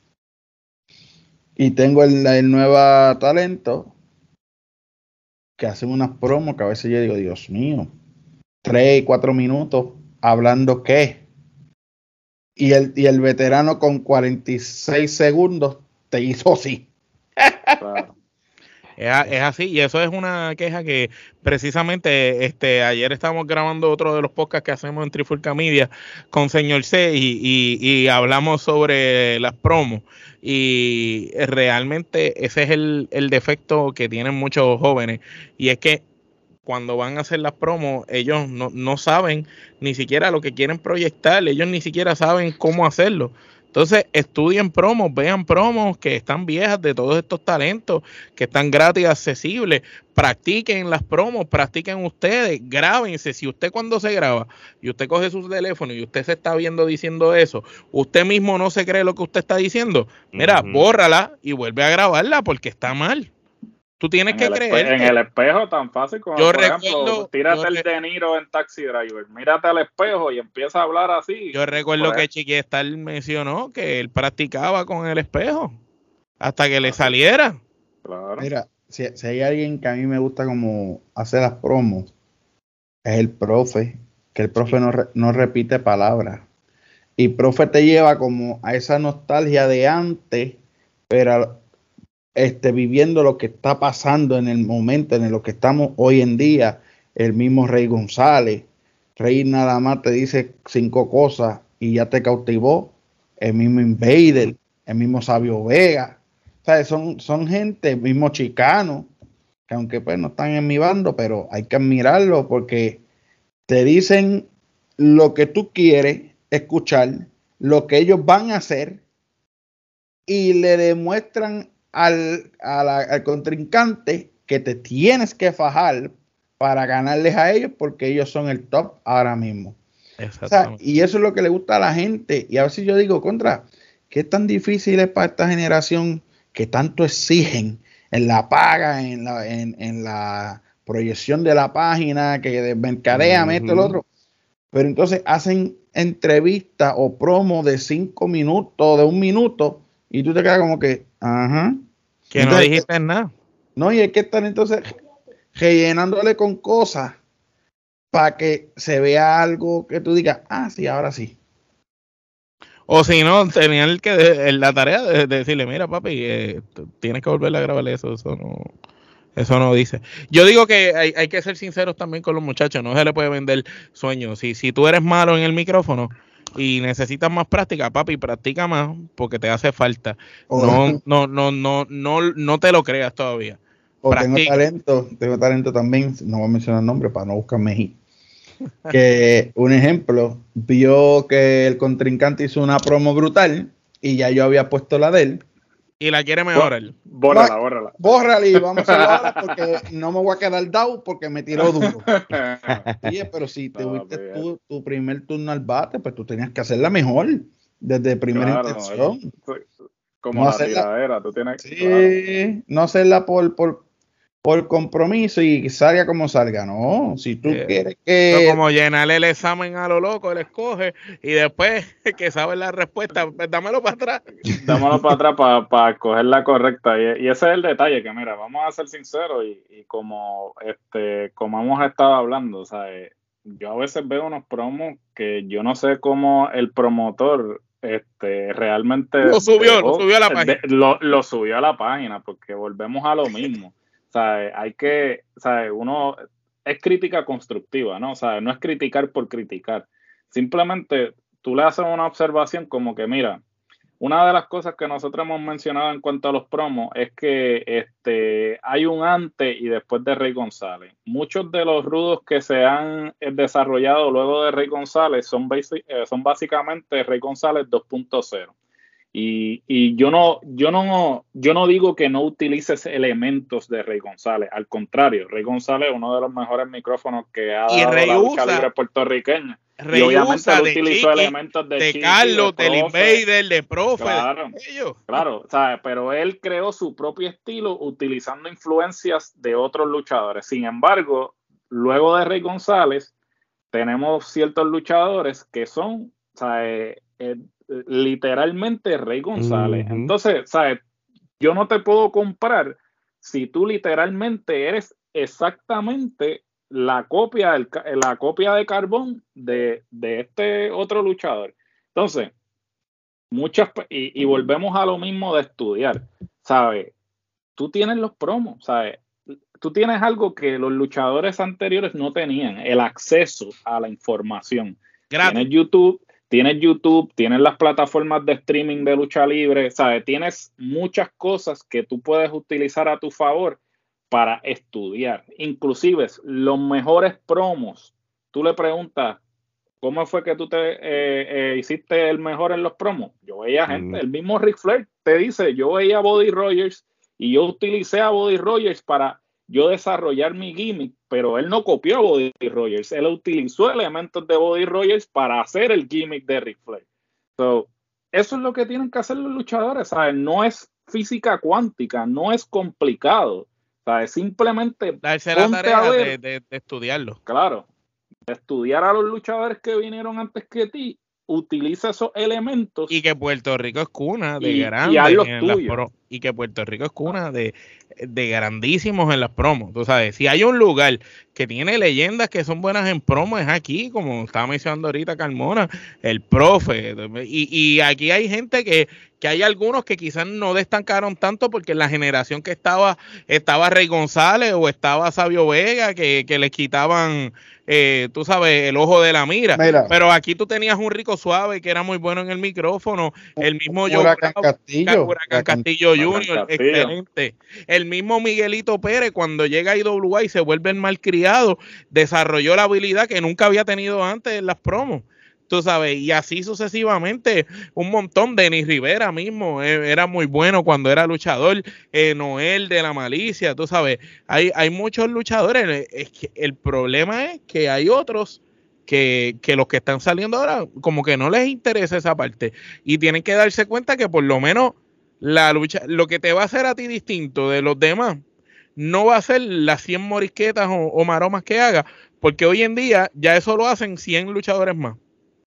Speaker 4: Y tengo el nuevo talento que hacen unas promos que a veces yo digo, Dios mío, 3, 4 minutos hablando qué. Y el veterano con 46 segundos te hizo así.
Speaker 5: Claro.
Speaker 3: Es así, y eso es una queja que precisamente ayer estábamos grabando otro de los podcasts que hacemos en Trifulca Media con Señor C y hablamos sobre las promos, y realmente ese es el defecto que tienen muchos jóvenes, y es que cuando van a hacer las promos, ellos no saben ni siquiera lo que quieren proyectar, ellos ni siquiera saben cómo hacerlo. Entonces, estudien promos, vean promos que están viejas de todos estos talentos, que están gratis, accesibles. Practiquen las promos, practiquen ustedes, grábense. Si usted cuando se graba y usted coge su teléfono y usted se está viendo diciendo eso, usted mismo no se cree lo que usted está diciendo, mira, bórrala y vuelve a grabarla porque está mal. Tú tienes que creer.
Speaker 5: En el espejo tan fácil como, por ejemplo, tírate el De Niro en Taxi Driver, mírate al espejo y empieza a hablar así.
Speaker 3: Yo recuerdo que Chiquistar mencionó que él practicaba con el espejo hasta que le saliera.
Speaker 4: Claro. Mira, si hay alguien que a mí me gusta como hacer las promos, es el profe, que el profe no repite palabras. Y profe te lleva como a esa nostalgia de antes, pero viviendo lo que está pasando en el momento, en lo que estamos hoy en día. El mismo Rey González, Rey nada más te dice 5 cosas y ya te cautivó. El mismo Invader, el mismo Sabio Vega, ¿sabes? Son gente, el mismo Chicano, que aunque pues no están en mi bando, pero hay que admirarlo porque te dicen lo que tú quieres escuchar, lo que ellos van a hacer, y le demuestran al contrincante que te tienes que fajar para ganarles a ellos porque ellos son el top ahora mismo. O sea, y eso es lo que le gusta a la gente. Y a veces yo digo, ¿qué tan difícil es para esta generación que tanto exigen en la paga, en la proyección de la página, que de mercadea, esto, el otro? Pero entonces hacen entrevistas o promo de 5 minutos, de 1 minuto, y tú te quedas como que,
Speaker 3: que entonces, no dijiste nada.
Speaker 4: No, y es que están entonces rellenándole con cosas para que se vea algo que tú digas, sí, ahora sí.
Speaker 3: O si no, tenían la tarea de decirle, mira papi, tienes que volver a grabar eso no dice. Yo digo que hay que ser sinceros también con los muchachos, no se le puede vender sueños. Si tú eres malo en el micrófono y necesitas más práctica, papi, practica más porque te hace falta. No te lo creas todavía.
Speaker 4: O tengo talento también, no voy a mencionar el nombre para no buscarme ahí. Que un ejemplo, vio que el contrincante hizo una promo brutal y ya yo había puesto la de él.
Speaker 3: Y la quiere mejorar.
Speaker 4: Bórrala y vamos a hacerlo ahora porque no me voy a quedar down porque me tiró duro. Oye, pero si te fuiste tu primer turno al bate, pues tú tenías que hacerla mejor desde primera intención.
Speaker 5: Como no la tiradera, tú tienes que...
Speaker 4: Sí, no hacerla por compromiso y salga como salga, no. Si tú quieres que...
Speaker 3: No, como llenarle el examen a lo loco, él escoge y después que sabe la respuesta, pues dámelo para atrás.
Speaker 5: Dámelo para atrás para escoger la correcta. Y ese es el detalle, que mira, vamos a ser sinceros y como hemos estado hablando, o sea, yo a veces veo unos promos que yo no sé cómo el promotor realmente
Speaker 3: lo subió a la página.
Speaker 5: Lo subió a la página, porque volvemos a lo mismo. Hay que, uno es crítica constructiva, ¿no? No es criticar por criticar. Simplemente tú le haces una observación como que, mira, una de las cosas que nosotros hemos mencionado en cuanto a los promos es que hay un antes y después de Rey González. Muchos de los rudos que se han desarrollado luego de Rey González son básicamente Rey González 2.0. Y yo no digo que no utilices elementos de Rey González, al contrario, Rey González es uno de los mejores micrófonos que ha dado la lucha libre puertorriqueña. Y obviamente él utilizó elementos de Chiqui,
Speaker 3: Carlos, del Invader, de Profe.
Speaker 5: Claro, pero él creó su propio estilo utilizando influencias de otros luchadores. Sin embargo, luego de Rey González, tenemos ciertos luchadores que son, literalmente Rey González. Entonces, yo no te puedo comprar si tú literalmente eres exactamente la copia de carbón de este otro luchador. Entonces, y volvemos a lo mismo de estudiar, tú tienes los promos, ¿sabes? Tú tienes algo que los luchadores anteriores no tenían, el acceso a la información.
Speaker 3: Gratis.
Speaker 5: Tienes YouTube, tienes las plataformas de streaming de lucha libre, ¿sabes? Tienes muchas cosas que tú puedes utilizar a tu favor para estudiar. Inclusive los mejores promos, tú le preguntas, ¿cómo fue que tú te hiciste el mejor en los promos? Yo veía gente, el mismo Ric Flair te dice, yo veía a Buddy Rogers y yo utilicé a Buddy Rogers para yo desarrollar mi gimmick, pero él no copió a Buddy Rogers, él utilizó elementos de Buddy Rogers para hacer el gimmick de Ric Flair. So, eso es lo que tienen que hacer los luchadores, ¿sabes? No es física cuántica, no es complicado, ¿sabes? Simplemente
Speaker 3: darse la tarea de estudiarlo.
Speaker 5: Claro, de estudiar a los luchadores que vinieron antes que ti, utiliza esos elementos.
Speaker 3: Y que Puerto Rico es cuna de grandes. Y que Puerto Rico es cuna de grandísimos en las promos. Tú sabes, si hay un lugar que tiene leyendas que son buenas en promos, es aquí, como estaba mencionando ahorita Carmona, el profe. Y aquí hay gente que hay algunos que quizás no destacaron tanto porque en la generación que estaba Rey González o estaba Sabio Vega, que les quitaban, tú sabes, el ojo de la mira. Pero aquí tú tenías un Rico Suave que era muy bueno en el micrófono, el mismo
Speaker 4: Huracán Castillo
Speaker 3: Junior, excelente. El mismo Miguelito Pérez, cuando llega a IWA y se vuelve el malcriado, desarrolló la habilidad que nunca había tenido antes en las promos. Tú sabes, y así sucesivamente, un montón. Denis Rivera mismo era muy bueno cuando era luchador. Noel de la Malicia, tú sabes, hay muchos luchadores. Es que el problema es que hay otros que los que están saliendo ahora, como que no les interesa esa parte. Y tienen que darse cuenta que por lo menos la lucha, lo que te va a hacer a ti distinto de los demás, no va a ser las 100 morisquetas o maromas que haga, porque hoy en día ya eso lo hacen 100 luchadores más.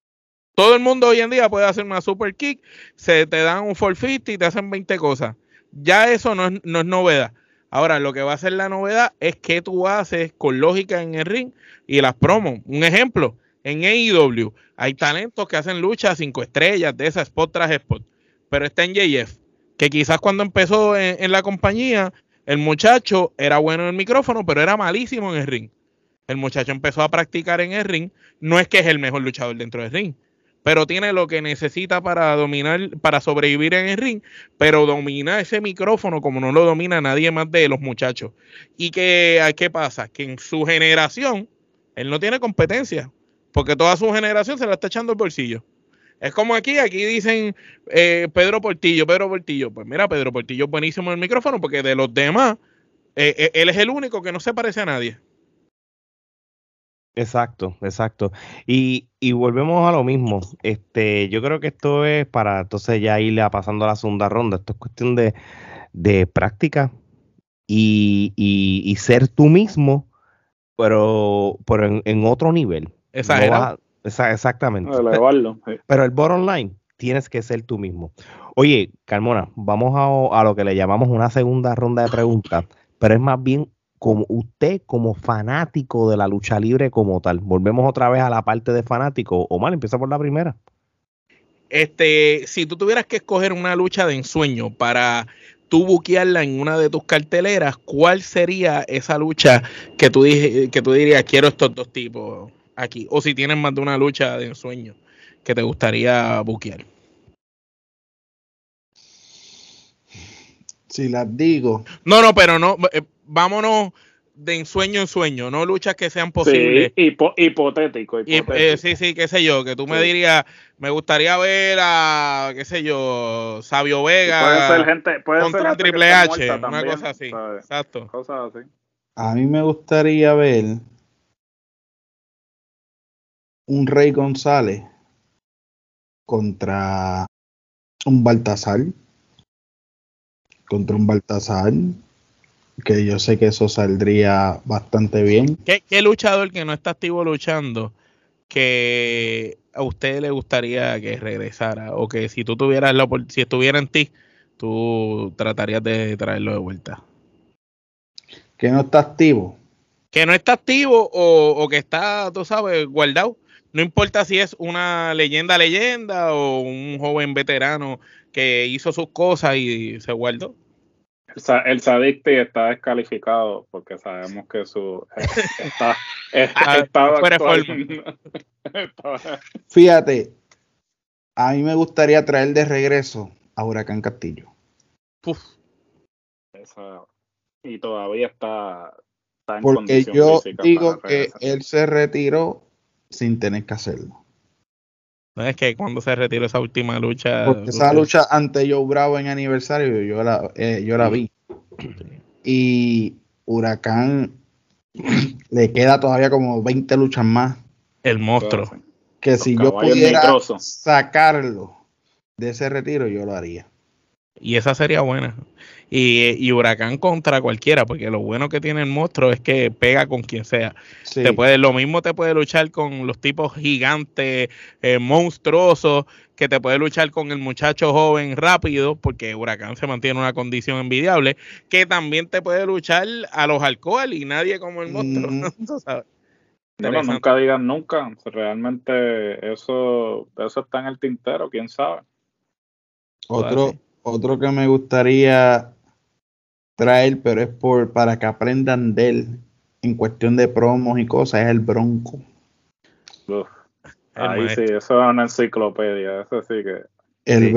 Speaker 3: Todo el mundo hoy en día puede hacer una super kick, te dan un 450 y te hacen 20 cosas. Ya eso no es novedad. Ahora, lo que va a ser la novedad es que tú haces con lógica en el ring y las promos. Un ejemplo, en AEW hay talentos que hacen luchas 5 estrellas, de esas spot tras spot. Pero está en JF, que quizás cuando empezó en la compañía, el muchacho era bueno en el micrófono, pero era malísimo en el ring. El muchacho empezó a practicar en el ring. No es que es el mejor luchador dentro del ring, pero tiene lo que necesita para dominar, para sobrevivir en el ring, pero domina ese micrófono como no lo domina nadie más de los muchachos. ¿Y qué pasa? Que en su generación, él no tiene competencia, porque toda su generación se la está echando el bolsillo. Es como aquí dicen Pedro Portillo. Pues mira, Pedro Portillo es buenísimo en el micrófono, porque de los demás, él es el único que no se parece a nadie.
Speaker 2: Exacto. Y volvemos a lo mismo. Yo creo que esto es para entonces ya ir pasando a la segunda ronda. Esto es cuestión de práctica y ser tú mismo, pero en otro nivel.
Speaker 3: Exagerado.
Speaker 2: Exactamente.
Speaker 5: Elevarlo.
Speaker 2: Pero el bottom line, tienes que ser tú mismo. Oye, Carmona, vamos a lo que le llamamos una segunda ronda de preguntas, pero es más bien como usted como fanático de la lucha libre como tal. Volvemos otra vez a la parte de fanático. Omar, empieza por la primera.
Speaker 3: Si tú tuvieras que escoger una lucha de ensueño para tú buquearla en una de tus carteleras, ¿cuál sería esa lucha que tú dirías, quiero estos dos tipos aquí? O si tienes más de una lucha de ensueño que te gustaría buquear.
Speaker 4: Si las digo.
Speaker 3: No, pero no, vámonos de ensueño en sueño, no luchas que sean posibles.
Speaker 5: Sí, hipotético.
Speaker 3: Sí, qué sé yo, que tú me dirías, me gustaría ver a, qué sé yo, Sabio Vega
Speaker 5: puede
Speaker 3: contra
Speaker 5: ser
Speaker 3: Triple H, una
Speaker 5: también,
Speaker 3: cosa así.
Speaker 5: ¿sabes?
Speaker 3: Exacto.
Speaker 5: Cosas así.
Speaker 4: A mí me gustaría ver un Rey González contra un Baltasar. Que yo sé que eso saldría bastante bien.
Speaker 3: ¿Qué luchador que no está activo luchando que a usted le gustaría que regresara? O que si tú tuvieras si estuviera en ti, tú tratarías de traerlo de vuelta.
Speaker 4: Que no está activo.
Speaker 3: Que no está activo o que está, tú sabes, guardado. No importa si es una leyenda o un joven veterano que hizo sus cosas y se guardó.
Speaker 5: El Sadicti está descalificado porque sabemos que estaba
Speaker 3: fuera
Speaker 5: actuando.
Speaker 4: Fíjate, a mí me gustaría traer de regreso a Huracán Castillo.
Speaker 3: Uf,
Speaker 5: Y todavía está en
Speaker 4: Porque
Speaker 5: condición
Speaker 4: yo
Speaker 5: física
Speaker 4: digo
Speaker 5: para
Speaker 4: que
Speaker 5: regresar.
Speaker 4: él se retiró sin tener que hacerlo.
Speaker 3: no es que cuando se retiró esa última lucha.
Speaker 4: Porque esa lucha ante Joe Bravo en aniversario yo la vi. Y Huracán le queda todavía como 20 luchas más.
Speaker 3: El monstruo.
Speaker 4: Que
Speaker 5: Los
Speaker 4: si yo
Speaker 5: caballos
Speaker 4: pudiera
Speaker 5: nitrosos.
Speaker 4: sacarlo de ese retiro, yo lo haría.
Speaker 3: Y esa sería buena. Y Huracán contra cualquiera, porque lo bueno que tiene el monstruo es que pega con quien sea.
Speaker 4: Sí.
Speaker 3: Lo mismo te puede luchar con los tipos gigantes, monstruosos, que te puede luchar con el muchacho joven rápido, porque Huracán se mantiene en una condición envidiable, que también te puede luchar a los alcohol y nadie como el monstruo. ¿Tú sabes?
Speaker 5: Bueno, nunca digan nunca. Realmente eso está en el tintero, quién sabe.
Speaker 4: Otro que me gustaría traer, pero es para que aprendan de él en cuestión de promos y cosas, es el Bronco.
Speaker 5: Ahí sí, eso es una enciclopedia. Eso sí que.
Speaker 4: El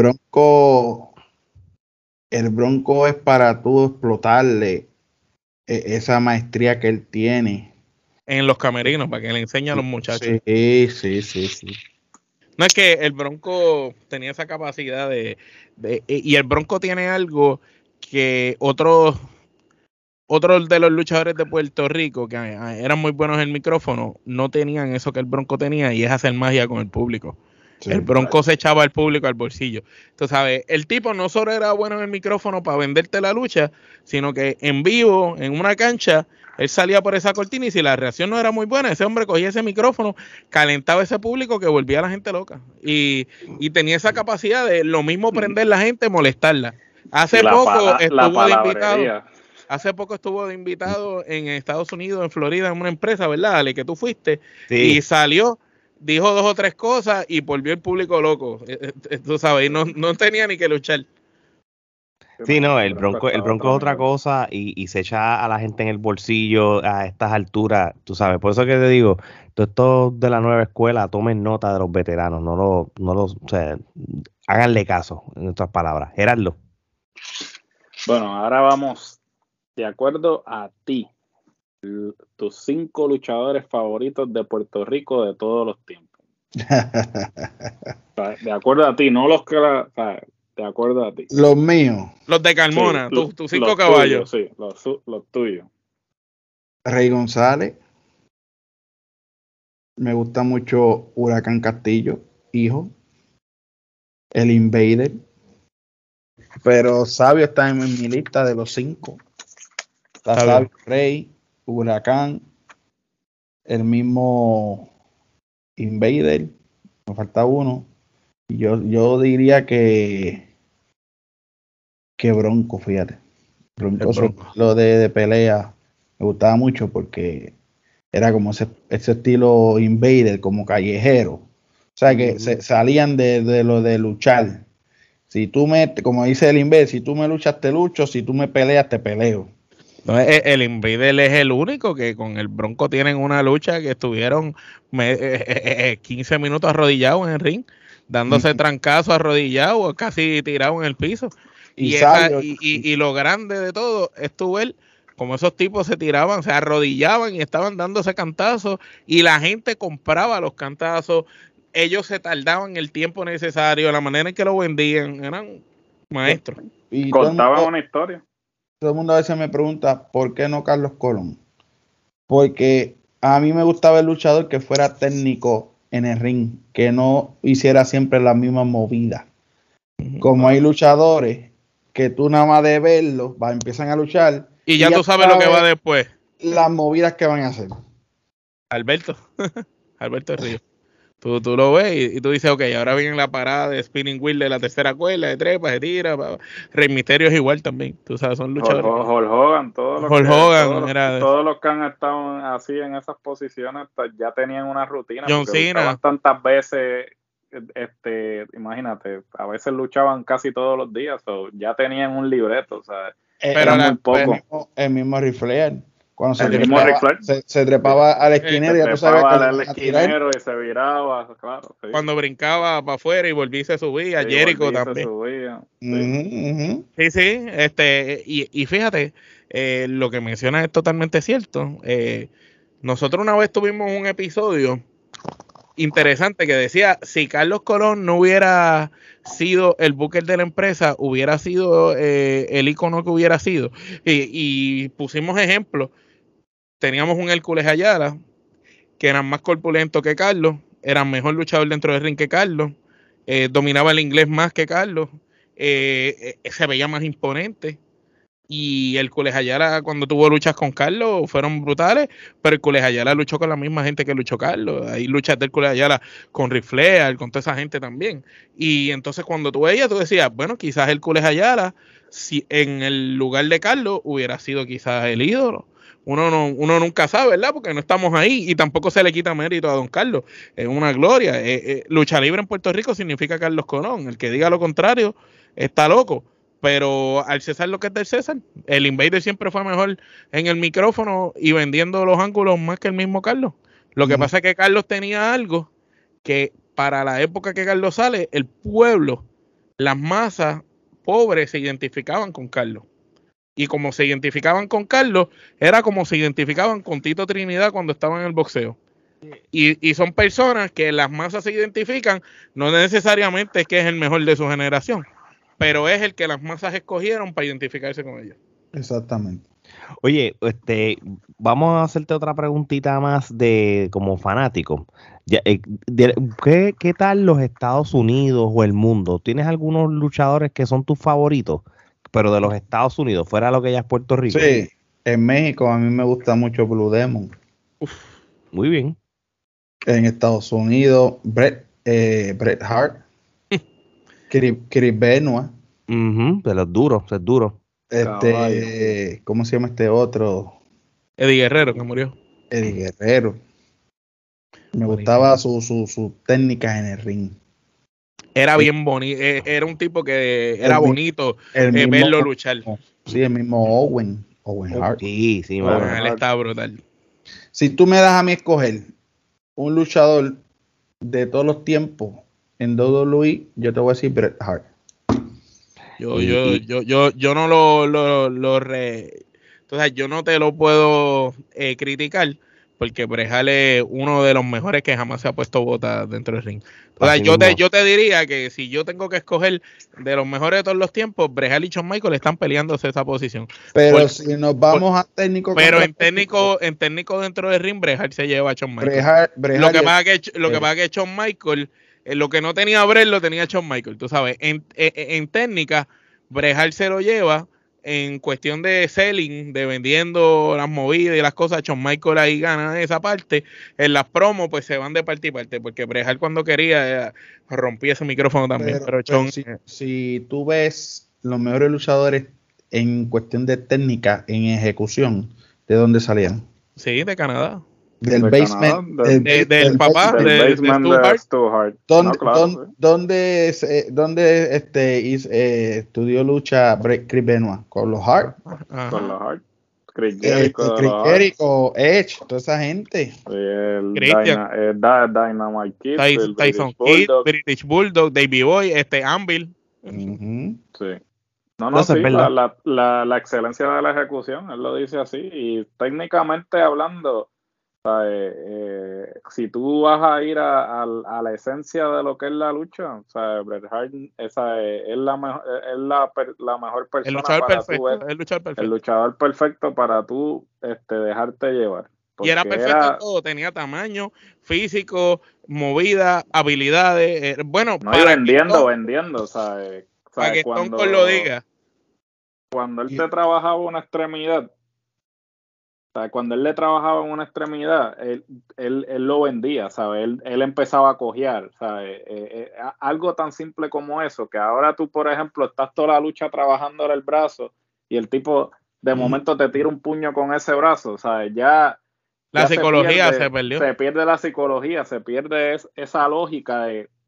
Speaker 4: Bronco es para tú explotarle esa maestría que él tiene.
Speaker 3: En los camerinos, para que le enseñe a los muchachos.
Speaker 4: Sí.
Speaker 3: No, es que el Bronco tenía esa capacidad y el Bronco tiene algo que otros de los luchadores de Puerto Rico, que eran muy buenos en el micrófono, no tenían eso que el Bronco tenía, y es hacer magia con el público. Sí, el Bronco se echaba al público al bolsillo. Tú sabes, el tipo no solo era bueno en el micrófono para venderte la lucha, sino que en vivo, en una cancha, él salía por esa cortina y si la reacción no era muy buena, ese hombre cogía ese micrófono, calentaba ese público que volvía a la gente loca. Y tenía esa capacidad de lo mismo prender la gente, molestarla. Hace poco estuvo de invitado en Estados Unidos, en Florida, en una empresa, ¿verdad, Ale? Que tú fuiste. Sí. Y salió, dijo 2 o 3 cosas y volvió el público loco. Tú sabes, y no tenía ni que luchar.
Speaker 2: Sí, no, el Bronco es otra cosa y se echa a la gente en el bolsillo a estas alturas, tú sabes. Por eso que te digo, todos estos de la nueva escuela tomen nota de los veteranos, o sea, háganle caso, en otras palabras. Gerardo.
Speaker 5: Bueno, ahora vamos, de acuerdo a ti, tus 5 luchadores favoritos de Puerto Rico de todos los tiempos. De acuerdo a ti, no los que de acuerdo a ti.
Speaker 4: Los míos.
Speaker 3: Los de Carmona, sí, tus 5 caballos.
Speaker 5: Tuyos, sí, los tuyos.
Speaker 4: Rey González. Me gusta mucho Huracán Castillo, hijo. El Invader. Pero Sabio está en mi lista de los 5. Está Sabio, Rey, Huracán, el mismo Invader. Me falta uno. Yo diría que Bronco, fíjate. Bronco. Lo de pelea me gustaba mucho porque era como ese estilo Invader, como callejero. O sea, que salían de lo de luchar. Si tú como dice el Invader, si tú me luchas, te lucho. Si tú me peleas, te peleo.
Speaker 3: No, el Invader es el único que con el Bronco tienen una lucha que estuvieron 15 minutos arrodillados en el ring, dándose trancazos arrodillados, casi tirados en el piso. Y lo grande de todo es tu ver como esos tipos se tiraban, se arrodillaban y estaban dándose cantazos y la gente compraba los cantazos. Ellos se tardaban el tiempo necesario, la manera en que lo vendían, eran maestros.
Speaker 5: Y contaban una historia.
Speaker 4: Todo el mundo a veces me pregunta, ¿por qué no Carlos Colón? Porque a mí me gustaba el luchador que fuera técnico en el ring, que no hiciera siempre la misma movida. Como hay luchadores que tú nada más de verlos, empiezan a luchar.
Speaker 3: Y ya tú sabes lo que va después.
Speaker 4: Las movidas que van a hacer.
Speaker 3: Alberto Ríos. Tú lo ves y tú dices, ok, ahora viene la parada de spinning wheel de la tercera cuerda, de trepa, se tira. Rey Misterio es igual también. Tú sabes, son luchadores.
Speaker 5: Hulk Hogan, todos los que han estado así en esas posiciones ya tenían una rutina.
Speaker 3: John Cena.
Speaker 5: Tantas veces imagínate, a veces luchaban casi todos los días, ya tenían un libreto, o sea,
Speaker 3: Pero
Speaker 5: era muy poco.
Speaker 4: El mismo Ric Flair. Cuando se trepaba al esquinero, ya tú sabes que
Speaker 5: al esquinero y se viraba, claro. Sí.
Speaker 3: Cuando brincaba para afuera y volvía y se subía, Jericho también. Sí. Y fíjate, lo que mencionas es totalmente cierto. Nosotros una vez tuvimos un episodio interesante que decía, si Carlos Colón no hubiera sido el booker de la empresa, hubiera sido el ícono que hubiera sido. Y pusimos ejemplos. Teníamos un Hércules Ayala, que era más corpulento que Carlos, era mejor luchador dentro del ring que Carlos, dominaba el inglés más que Carlos, se veía más imponente. Y Hércules Ayala, cuando tuvo luchas con Carlos, fueron brutales, pero Hércules Ayala luchó con la misma gente que luchó Carlos. Hay luchas de Hércules Ayala con Ric Flair, con toda esa gente también. Y entonces cuando tú veías, tú decías, bueno, quizás Hércules Ayala, si en el lugar de Carlos, hubiera sido quizás el ídolo. Uno nunca sabe, ¿verdad? Porque no estamos ahí y tampoco se le quita mérito a don Carlos. Es una gloria. Lucha libre en Puerto Rico significa Carlos Colón. El que diga lo contrario está loco. Pero al César lo que es del César. El Invader siempre fue mejor en el micrófono y vendiendo los ángulos más que el mismo Carlos. Lo que pasa es que Carlos tenía algo que para la época que Carlos sale, el pueblo, las masas pobres se identificaban con Carlos. Y como se identificaban con Carlos, era como se identificaban con Tito Trinidad cuando estaban en el boxeo. Y son personas que las masas se identifican, no necesariamente es que es el mejor de su generación, pero es el que las masas escogieron para identificarse con ellos.
Speaker 4: Exactamente.
Speaker 2: Oye, vamos a hacerte otra preguntita más de como fanático. ¿Qué tal los Estados Unidos o el mundo? ¿Tienes algunos luchadores que son tus favoritos? Pero de los Estados Unidos, fuera de lo que ya es Puerto Rico.
Speaker 4: Sí, en México a mí me gusta mucho Blue Demon.
Speaker 2: Muy bien.
Speaker 4: En Estados Unidos, Bret Hart, Chris Benoit.
Speaker 2: De los duros, es duro.
Speaker 4: ¿Cómo se llama este otro?
Speaker 3: Eddie Guerrero, que murió.
Speaker 4: Eddie Guerrero. Me gustaba sus técnicas en el ring.
Speaker 3: Era bien bonito, era un tipo que era bonito verlo luchar.
Speaker 4: Sí, el mismo Owen Hart.
Speaker 2: Sí,
Speaker 3: él estaba brutal.
Speaker 4: Si tú me das a mí escoger un luchador de todos los tiempos en WWE, yo te voy a decir Bret Hart.
Speaker 3: Yo no entonces yo no te lo puedo criticar, porque Bret Hart es uno de los mejores que jamás se ha puesto bota dentro del ring. Yo te diría que si yo tengo que escoger de los mejores de todos los tiempos, Bret Hart y Shawn Michaels están peleándose esa posición.
Speaker 4: Pero si nos vamos a técnico,
Speaker 3: pero en técnico dentro del ring, Bret Hart se lleva a Shawn Michaels. Lo que pasa es que Shawn Michaels, lo que no tenía Bret lo tenía Shawn Michaels, tú sabes. En técnica, Bret Hart se lo lleva. En cuestión de selling, de vendiendo las movidas y las cosas, Shawn Michaels ahí gana esa parte. En las promos, pues se van de parte y parte, porque Bret Hart cuando quería rompía ese micrófono también. Pero
Speaker 4: si tú ves los mejores luchadores en cuestión de técnica, en ejecución, ¿de dónde salían?
Speaker 3: Sí, de Canadá.
Speaker 4: Del basement,
Speaker 3: del papá de Stu Hart.
Speaker 4: ¿Dónde estudió lucha Chris Benoit? Con los Hart.
Speaker 5: Con los Hart.
Speaker 4: Chris Jericho, Edge, toda esa gente.
Speaker 5: Dynamite Kid,
Speaker 3: Tyson Kidd, British Bulldog, Davey Boy, Anvil.
Speaker 5: Sí. Sí, la excelencia de la ejecución, él lo dice así, y técnicamente hablando, si tú vas a ir a la esencia de lo que es la lucha, o sea, Bret Hart es la mejor persona, el luchador perfecto para tú dejarte llevar.
Speaker 3: Y era perfecto en todo, tenía tamaño, físico, movida, habilidades,
Speaker 5: vendiendo, ¿sabes?
Speaker 3: Para que Stone Cold lo diga.
Speaker 5: Cuando él te trabajaba una extremidad, o sea, cuando él le trabajaba en una extremidad, él lo vendía, ¿sabes? Él empezaba a cojear, ¿sabes? Algo tan simple como eso, que ahora tú, por ejemplo, estás toda la lucha trabajando el brazo y el tipo de momento te tira un puño con ese brazo, ¿sabes? La psicología se perdió. Se pierde la psicología, se pierde esa lógica de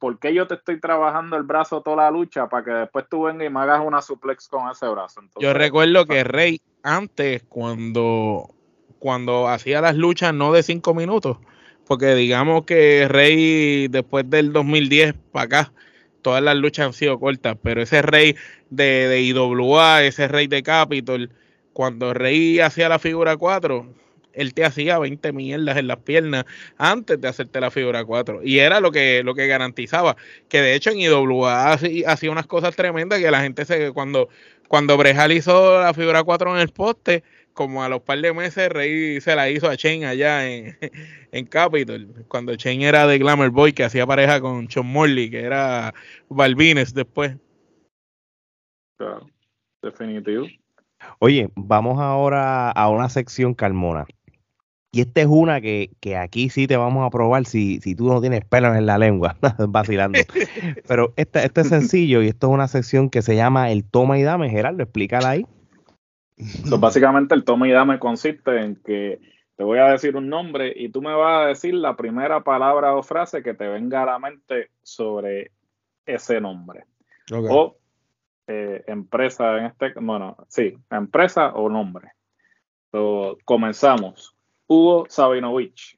Speaker 5: ¿por qué yo te estoy trabajando el brazo toda la lucha para que después tú vengas y me hagas una suplex con ese brazo? Entonces,
Speaker 3: yo recuerdo que Rey antes, cuando hacía las luchas no de 5 minutos, porque digamos que Rey después del 2010 para acá, todas las luchas han sido cortas, pero ese Rey de IWA, ese Rey de Capitol, cuando Rey hacía la figura 4, él te hacía 20 mierdas en las piernas antes de hacerte la figura 4. Y era lo que garantizaba. Que de hecho en IWA hacía unas cosas tremendas que la gente cuando Brejal hizo la figura 4 en el poste, como a los par de meses Rey se la hizo a Shane allá en Capitol, cuando Shane era de Glamour Boy, que hacía pareja con Sean Morley, que era Balvines después.
Speaker 5: claro, definitivo.
Speaker 2: Oye, vamos ahora a una sección Carmona. Y esta es una que aquí sí te vamos a probar si tú no tienes pelos en la lengua, vacilando. Pero este es sencillo y esto es una sección que se llama el toma y dame. Gerardo, explícala ahí.
Speaker 5: Básicamente el toma y dame consiste en que te voy a decir un nombre y tú me vas a decir la primera palabra o frase que te venga a la mente sobre ese nombre.
Speaker 4: Okay.
Speaker 5: O empresa empresa o nombre. So, comenzamos. Hugo Sabinovich.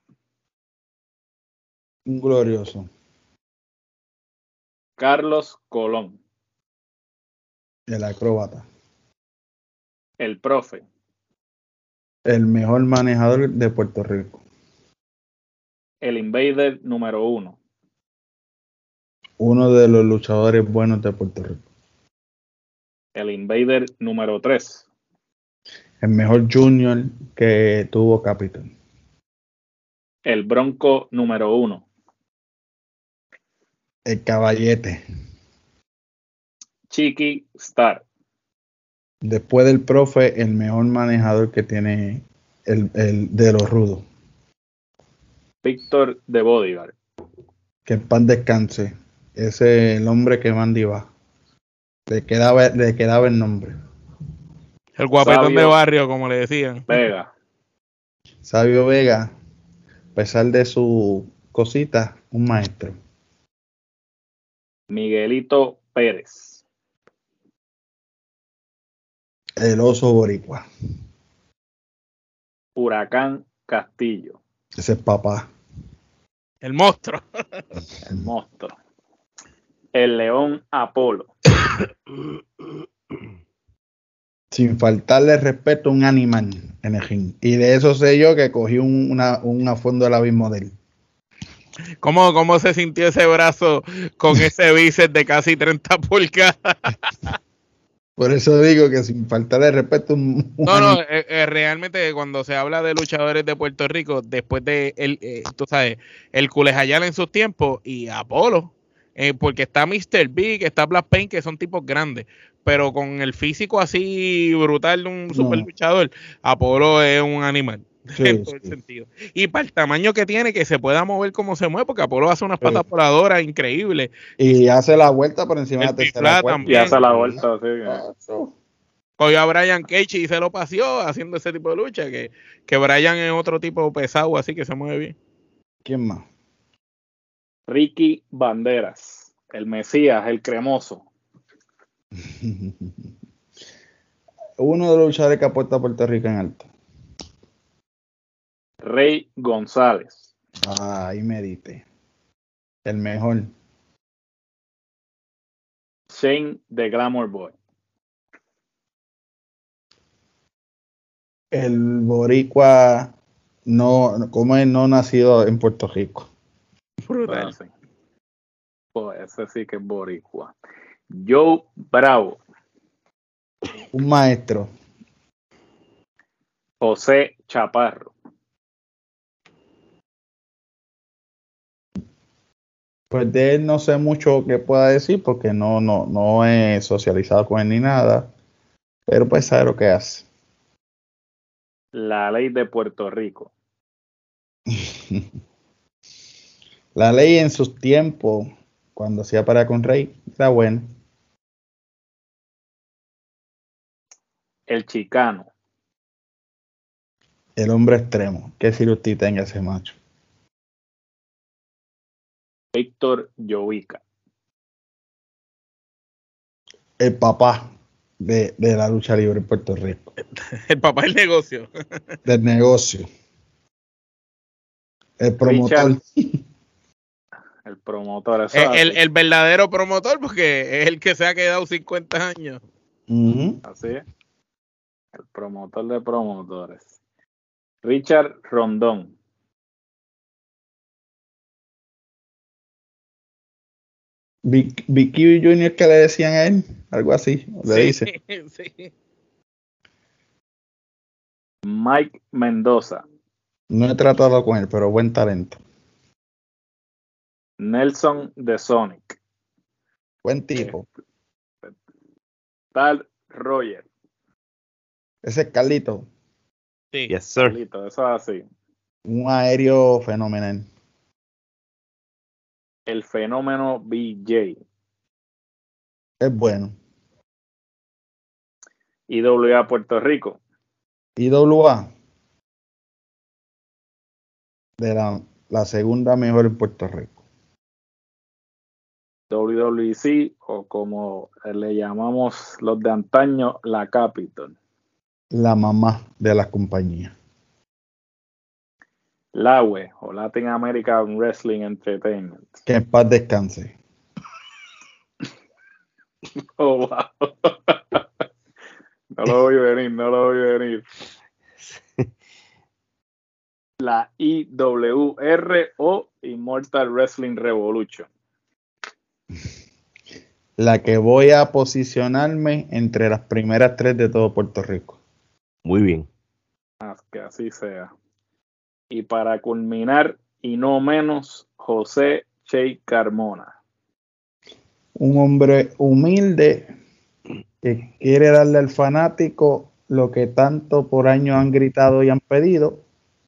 Speaker 4: Un glorioso.
Speaker 5: Carlos Colón.
Speaker 4: El acróbata.
Speaker 5: El profe.
Speaker 4: El mejor manejador de Puerto Rico.
Speaker 5: El Invader número 1.
Speaker 4: Uno de los luchadores buenos de Puerto Rico.
Speaker 5: El Invader número 3.
Speaker 4: El mejor junior que tuvo Capitol.
Speaker 5: El Bronco número 1.
Speaker 4: El caballete.
Speaker 5: Chiqui Star.
Speaker 4: Después del profe, el mejor manejador que tiene el de los rudos.
Speaker 5: Víctor de Bodyguard.
Speaker 4: Que en paz descanse. Ese es el hombre que Mandy va. Le quedaba el nombre.
Speaker 3: El guapetón
Speaker 5: Sabio
Speaker 3: de barrio, como le decían.
Speaker 5: Vega.
Speaker 4: Sabio Vega, a pesar de su cosita, un maestro.
Speaker 5: Miguelito Pérez.
Speaker 4: El oso boricua.
Speaker 5: Huracán Castillo.
Speaker 4: Ese es papá.
Speaker 3: El monstruo.
Speaker 5: El monstruo. El León Apolo.
Speaker 4: Sin faltarle respeto a un animal en el ring. Y de eso sé yo que cogí un fondo del abismo de él.
Speaker 3: ¿Cómo se sintió ese brazo con ese bíceps de casi 30 pulgadas?
Speaker 4: Por eso digo que sin faltarle respeto a un
Speaker 3: No, realmente cuando se habla de luchadores de Puerto Rico, después de tú sabes, el Culejayala en sus tiempos y Apolo, porque está Mr. Big, está Black Pain, que son tipos grandes, pero con el físico así brutal de un super luchador, Apolo es un animal.
Speaker 4: Sí,
Speaker 3: en todo el
Speaker 4: sí.
Speaker 3: sentido. Y para el tamaño que tiene, que se pueda mover como se mueve, porque Apolo hace unas patas voladoras increíbles.
Speaker 4: Y hace la vuelta por encima de
Speaker 3: El
Speaker 4: la tercera
Speaker 3: pifla
Speaker 4: cuerda.
Speaker 3: también.
Speaker 5: Y hace la vuelta. Así que...
Speaker 3: Cogió a Brian Cage y se lo paseó haciendo ese tipo de lucha, que Brian es otro tipo pesado, así que se mueve bien.
Speaker 4: ¿Quién más?
Speaker 5: Ricky Banderas. El Mesías, el cremoso.
Speaker 4: Uno de los luchadores que ha puesto a Puerto Rico en alto.
Speaker 5: Rey González.
Speaker 4: Ahí medite. El mejor.
Speaker 5: Shane de Glamour Boy.
Speaker 4: El boricua no nacido en Puerto Rico.
Speaker 3: Brutal.
Speaker 5: Sí. Pues ese sí que es boricua. Joe Bravo.
Speaker 4: Un maestro.
Speaker 5: José Chaparro.
Speaker 4: Pues de él no sé mucho que pueda decir porque no he socializado con él ni nada. Pero pues sabe lo que hace.
Speaker 5: La Ley de Puerto Rico.
Speaker 4: La Ley en sus tiempos, cuando hacía para con Rey, era buena.
Speaker 5: El Chicano.
Speaker 4: El hombre extremo. ¿Qué decir usted tenga ese macho?
Speaker 5: Víctor Jovica.
Speaker 4: El papá de la lucha libre en Puerto Rico.
Speaker 3: El papá del negocio.
Speaker 4: Del negocio. El promotor.
Speaker 5: El promotor. Eso
Speaker 3: El verdadero promotor, porque es el que se ha quedado 50 años.
Speaker 5: Así es. El promotor de promotores. Richard Rondón.
Speaker 4: Vicky Junior, que le decían a él, algo así, le dice.
Speaker 3: Sí.
Speaker 5: Mike Mendoza.
Speaker 4: No he tratado con él, pero buen talento.
Speaker 5: Nelson de Sonic.
Speaker 4: Buen tipo.
Speaker 5: Tal Roger.
Speaker 4: Ese es Carlito.
Speaker 3: Sí.
Speaker 2: Yes, sir.
Speaker 5: Carlito, eso es así.
Speaker 4: Un aéreo fenomenal.
Speaker 5: El fenómeno BJ.
Speaker 4: Es bueno.
Speaker 5: IWA Puerto Rico.
Speaker 4: IWA. De la segunda mejor en Puerto Rico.
Speaker 5: WWC, o como le llamamos los de antaño, la Capitol.
Speaker 4: La mamá de la compañía.
Speaker 5: LAWE, o Latin American Wrestling Entertainment.
Speaker 4: Que en paz descanse.
Speaker 5: Oh, wow. No lo voy a venir. La IWR o Immortal Wrestling Revolution.
Speaker 4: La que voy a posicionarme entre las primeras 3 de todo Puerto Rico.
Speaker 2: Muy bien.
Speaker 5: Que así sea. Y para culminar, y no menos, José Che Carmona.
Speaker 4: Un hombre humilde que quiere darle al fanático lo que tanto por años han gritado y han pedido.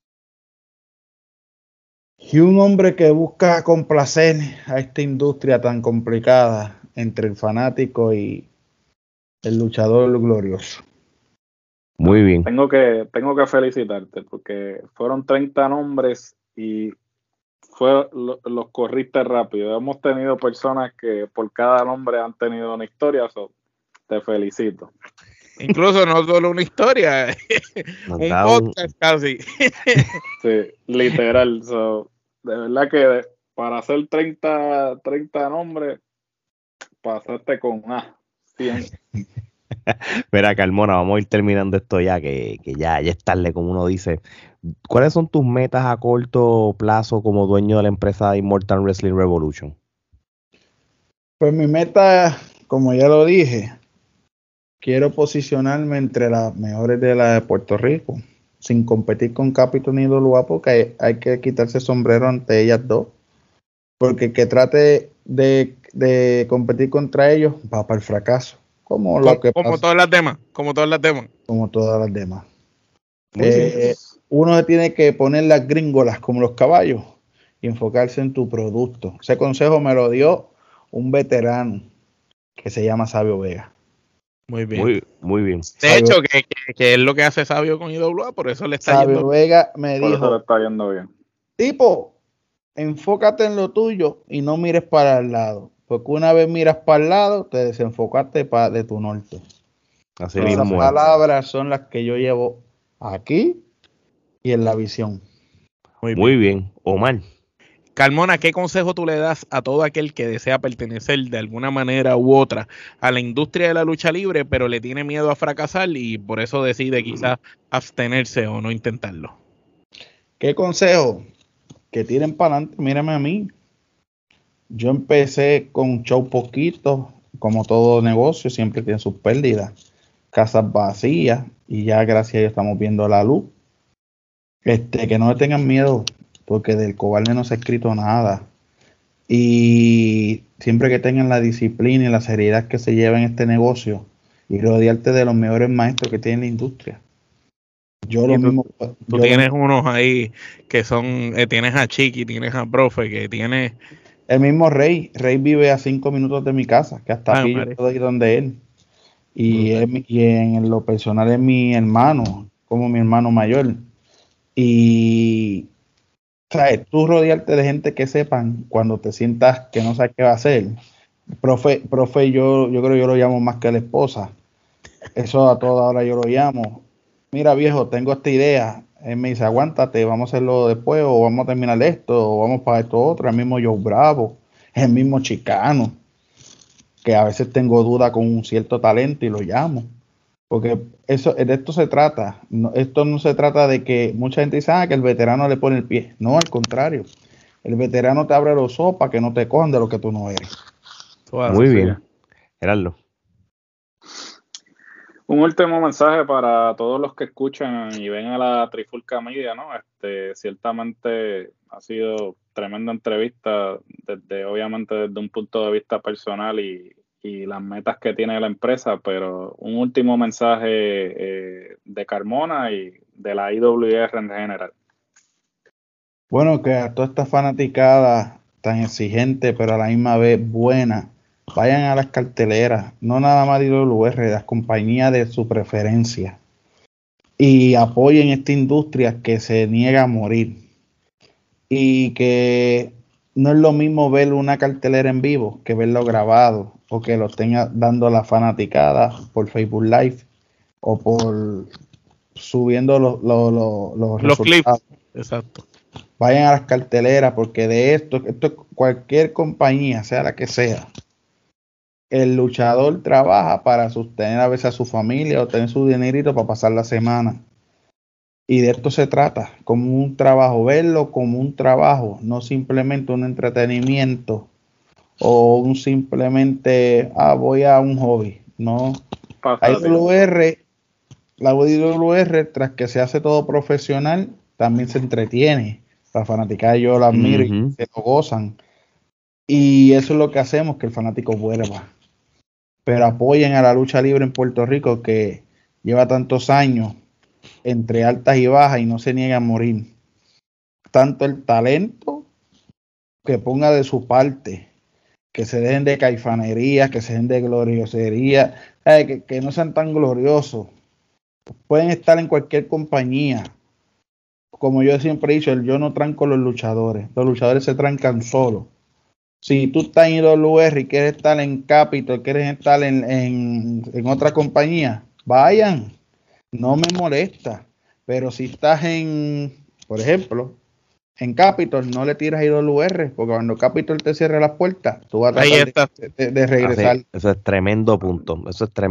Speaker 4: Y un hombre que busca complacer a esta industria tan complicada entre el fanático y el luchador glorioso.
Speaker 2: Muy bien.
Speaker 5: Tengo que felicitarte porque fueron 30 nombres y los corriste rápido. Hemos tenido personas que por cada nombre han tenido una historia, te felicito.
Speaker 3: Incluso no solo una historia, un podcast casi.
Speaker 5: Sí, literal. De verdad que para hacer 30 nombres, pasaste con 100.
Speaker 2: Mira, Carmona, vamos a ir terminando esto ya, que ya es tarde, como uno dice. ¿Cuáles son tus metas a corto plazo como dueño de la empresa Immortal Wrestling Revolution?
Speaker 4: Pues mi meta, como ya lo dije, quiero posicionarme entre las mejores de la de Puerto Rico, sin competir con Capitol ni IWA, porque hay que quitarse el sombrero ante ellas dos. Porque el que trate de competir contra ellos va para el fracaso. Como
Speaker 3: todas las demás.
Speaker 4: Como todas las demás. Uno tiene que poner las gringolas como los caballos y enfocarse en tu producto. Ese consejo me lo dio un veterano que se llama Sabio Vega.
Speaker 3: Muy bien.
Speaker 2: Muy bien.
Speaker 3: De hecho, que es lo que hace Sabio con IWA, por eso le está
Speaker 4: Sabio
Speaker 3: yendo.
Speaker 4: Vega me
Speaker 5: Por eso
Speaker 4: dijo,
Speaker 5: le está yendo bien.
Speaker 4: tipo, enfócate en lo tuyo y no mires para el lado. Porque una vez miras para el lado, te desenfocaste de tu norte.
Speaker 2: Así
Speaker 4: Esas
Speaker 2: mismo.
Speaker 4: palabras son las que yo llevo aquí y en la visión.
Speaker 2: Muy bien. Omar.
Speaker 3: Carmona, ¿qué consejo tú le das a todo aquel que desea pertenecer de alguna manera u otra a la industria de la lucha libre, pero le tiene miedo a fracasar y por eso decide quizás abstenerse o no intentarlo?
Speaker 4: ¿Qué consejo? Que tiren para adelante, mírame a mí. Yo empecé con un show poquito, como todo negocio, siempre tiene sus pérdidas. Casas vacías, y ya gracias a Dios estamos viendo la luz. Que no le tengan miedo, porque del cobarde no se ha escrito nada. Y siempre que tengan la disciplina y la seriedad que se lleva en este negocio, y rodearte de los mejores maestros que tiene la industria.
Speaker 3: Tú tienes unos ahí que son, tienes a Chiqui, tienes a Profe, que tienes...
Speaker 4: El mismo Rey vive a 5 minutos de mi casa, que hasta aquí yo puedo ir donde él. Y en lo personal es mi hermano, como mi hermano mayor. Y ¿sabes? Tú rodearte de gente que sepan cuando te sientas que no sabes qué va a hacer. Profe, yo creo que yo lo llamo más que la esposa. Eso a toda hora yo lo llamo. Mira, viejo, tengo esta idea. Él me dice, aguántate, vamos a hacerlo después, o vamos a terminar esto, o vamos para esto otro. El mismo Joe Bravo, el mismo Chicano, que a veces tengo duda con un cierto talento y lo llamo. Porque de esto se trata. No, esto no se trata de que mucha gente dice, que el veterano le pone el pie. No, al contrario. El veterano te abre los ojos para que no te cojan de lo que tú no eres.
Speaker 2: Muy bien. Gerardo.
Speaker 5: Un último mensaje para todos los que escuchan y ven a la Trifulca Media, ¿no? Ciertamente ha sido tremenda entrevista, obviamente desde un punto de vista personal y las metas que tiene la empresa, pero un último mensaje de Carmona y de la IWR en general.
Speaker 4: Bueno, que a toda esta fanaticada tan exigente, pero a la misma vez buena, vayan a las carteleras, no nada más de IWR, de las compañías de su preferencia, y apoyen esta industria que se niega a morir. Y que no es lo mismo ver una cartelera en vivo que verlo grabado, o que lo estén dando la fanaticada por Facebook Live o por subiendo los resultados.
Speaker 3: Clips. Exacto.
Speaker 4: Vayan a las carteleras, porque de esto cualquier compañía, sea la que sea, el luchador trabaja para sostener a veces a su familia o tener su dinerito para pasar la semana. Y de esto se trata, como un trabajo, verlo como un trabajo, no simplemente un entretenimiento o un simplemente, voy a un hobby. No, la IWR, tras que se hace todo profesional, también se entretiene. La fanaticada yo la admiro y se lo gozan. Y eso es lo que hacemos, que el fanático vuelva. Pero apoyen a la lucha libre en Puerto Rico, que lleva tantos años entre altas y bajas y no se niega a morir. Tanto el talento, que ponga de su parte, que se dejen de caifanerías, que se dejen de gloriosería, que no sean tan gloriosos. Pueden estar en cualquier compañía. Como yo siempre he dicho, yo no tranco los luchadores se trancan solos. Si tú estás en IWR y quieres estar en Capitol, quieres estar en otra compañía, vayan, no me molesta. Pero si estás por ejemplo, en Capitol, no le tiras a IWR, porque cuando Capitol te cierre las puertas, tú vas a tratar de regresar.
Speaker 2: Así, eso es tremendo punto.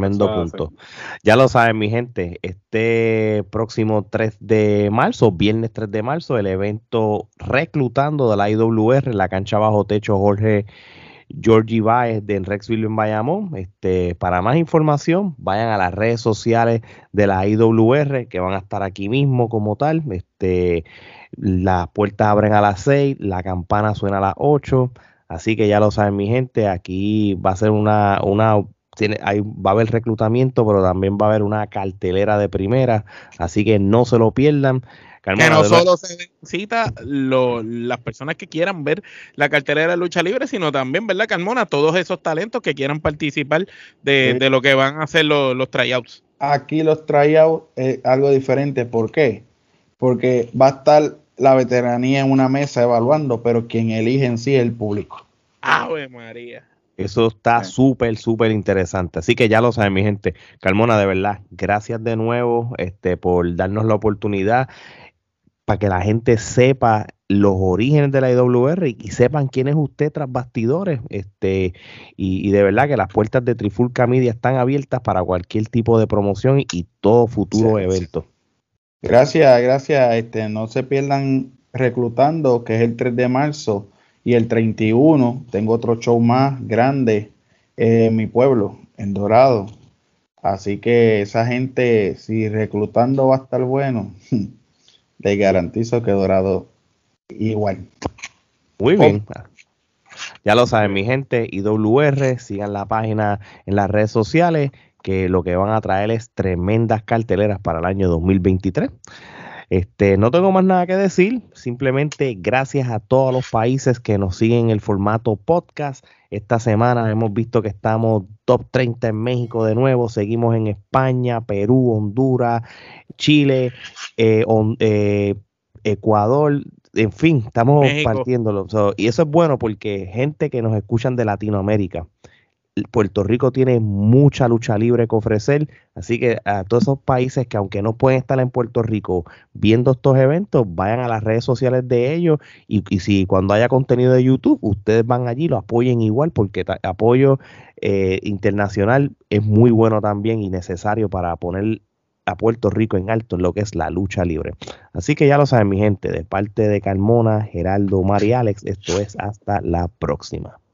Speaker 2: Ya lo saben, mi gente, este próximo 3 de marzo, viernes 3 de marzo, el evento reclutando de la IWR en la cancha bajo techo Georgie Baez de Rexville en Bayamón. Para más información, vayan a las redes sociales de la IWR, que van a estar aquí mismo como tal. Las puertas abren a las 6, la campana suena a las 8, así que ya lo saben, mi gente, aquí va a ser va a haber reclutamiento, pero también va a haber una cartelera de primera, así que no se lo pierdan.
Speaker 3: Carmona, que no solo se necesita las personas que quieran ver la cartelera de lucha libre, sino también, ¿verdad, Carmona? Todos esos talentos que quieran participar de lo que van a hacer los tryouts.
Speaker 4: Aquí los tryouts es algo diferente. ¿Por qué? Porque va a estar la veteranía en una mesa evaluando, pero quien elige en sí es el público.
Speaker 3: ¡Ave María!
Speaker 2: Eso está súper interesante. Así que ya lo saben, mi gente. Carmona, de verdad, gracias de nuevo por darnos la oportunidad para que la gente sepa los orígenes de la IWR y sepan quién es usted tras bastidores. Y de verdad que las puertas de Trifulca Media están abiertas para cualquier tipo de promoción y todo futuro evento.
Speaker 4: Gracias. No se pierdan Reclutando, que es el 3 de marzo, y el 31 tengo otro show más grande en mi pueblo, en Dorado. Así que esa gente, si Reclutando va a estar bueno, les garantizo que Dorado igual.
Speaker 2: Muy bien. Ya lo saben, mi gente, IWR, sigan la página en las redes sociales, que lo que van a traer es tremendas carteleras para el año 2023. No tengo más nada que decir, simplemente gracias a todos los países que nos siguen en el formato podcast. Esta semana hemos visto que estamos top 30 en México de nuevo, seguimos en España, Perú, Honduras, Chile, Ecuador, en fin, estamos
Speaker 3: México.
Speaker 2: partiéndolo. Y eso es bueno porque gente que nos escuchan de Latinoamérica, Puerto Rico tiene mucha lucha libre que ofrecer, así que a todos esos países que aunque no pueden estar en Puerto Rico viendo estos eventos, vayan a las redes sociales de ellos y si cuando haya contenido de YouTube, ustedes van allí, lo apoyen igual porque apoyo internacional es muy bueno también y necesario para poner a Puerto Rico en alto en lo que es la lucha libre. Así que ya lo saben, mi gente, de parte de Carmona, Geraldo, Omar y Alex, esto es hasta la próxima.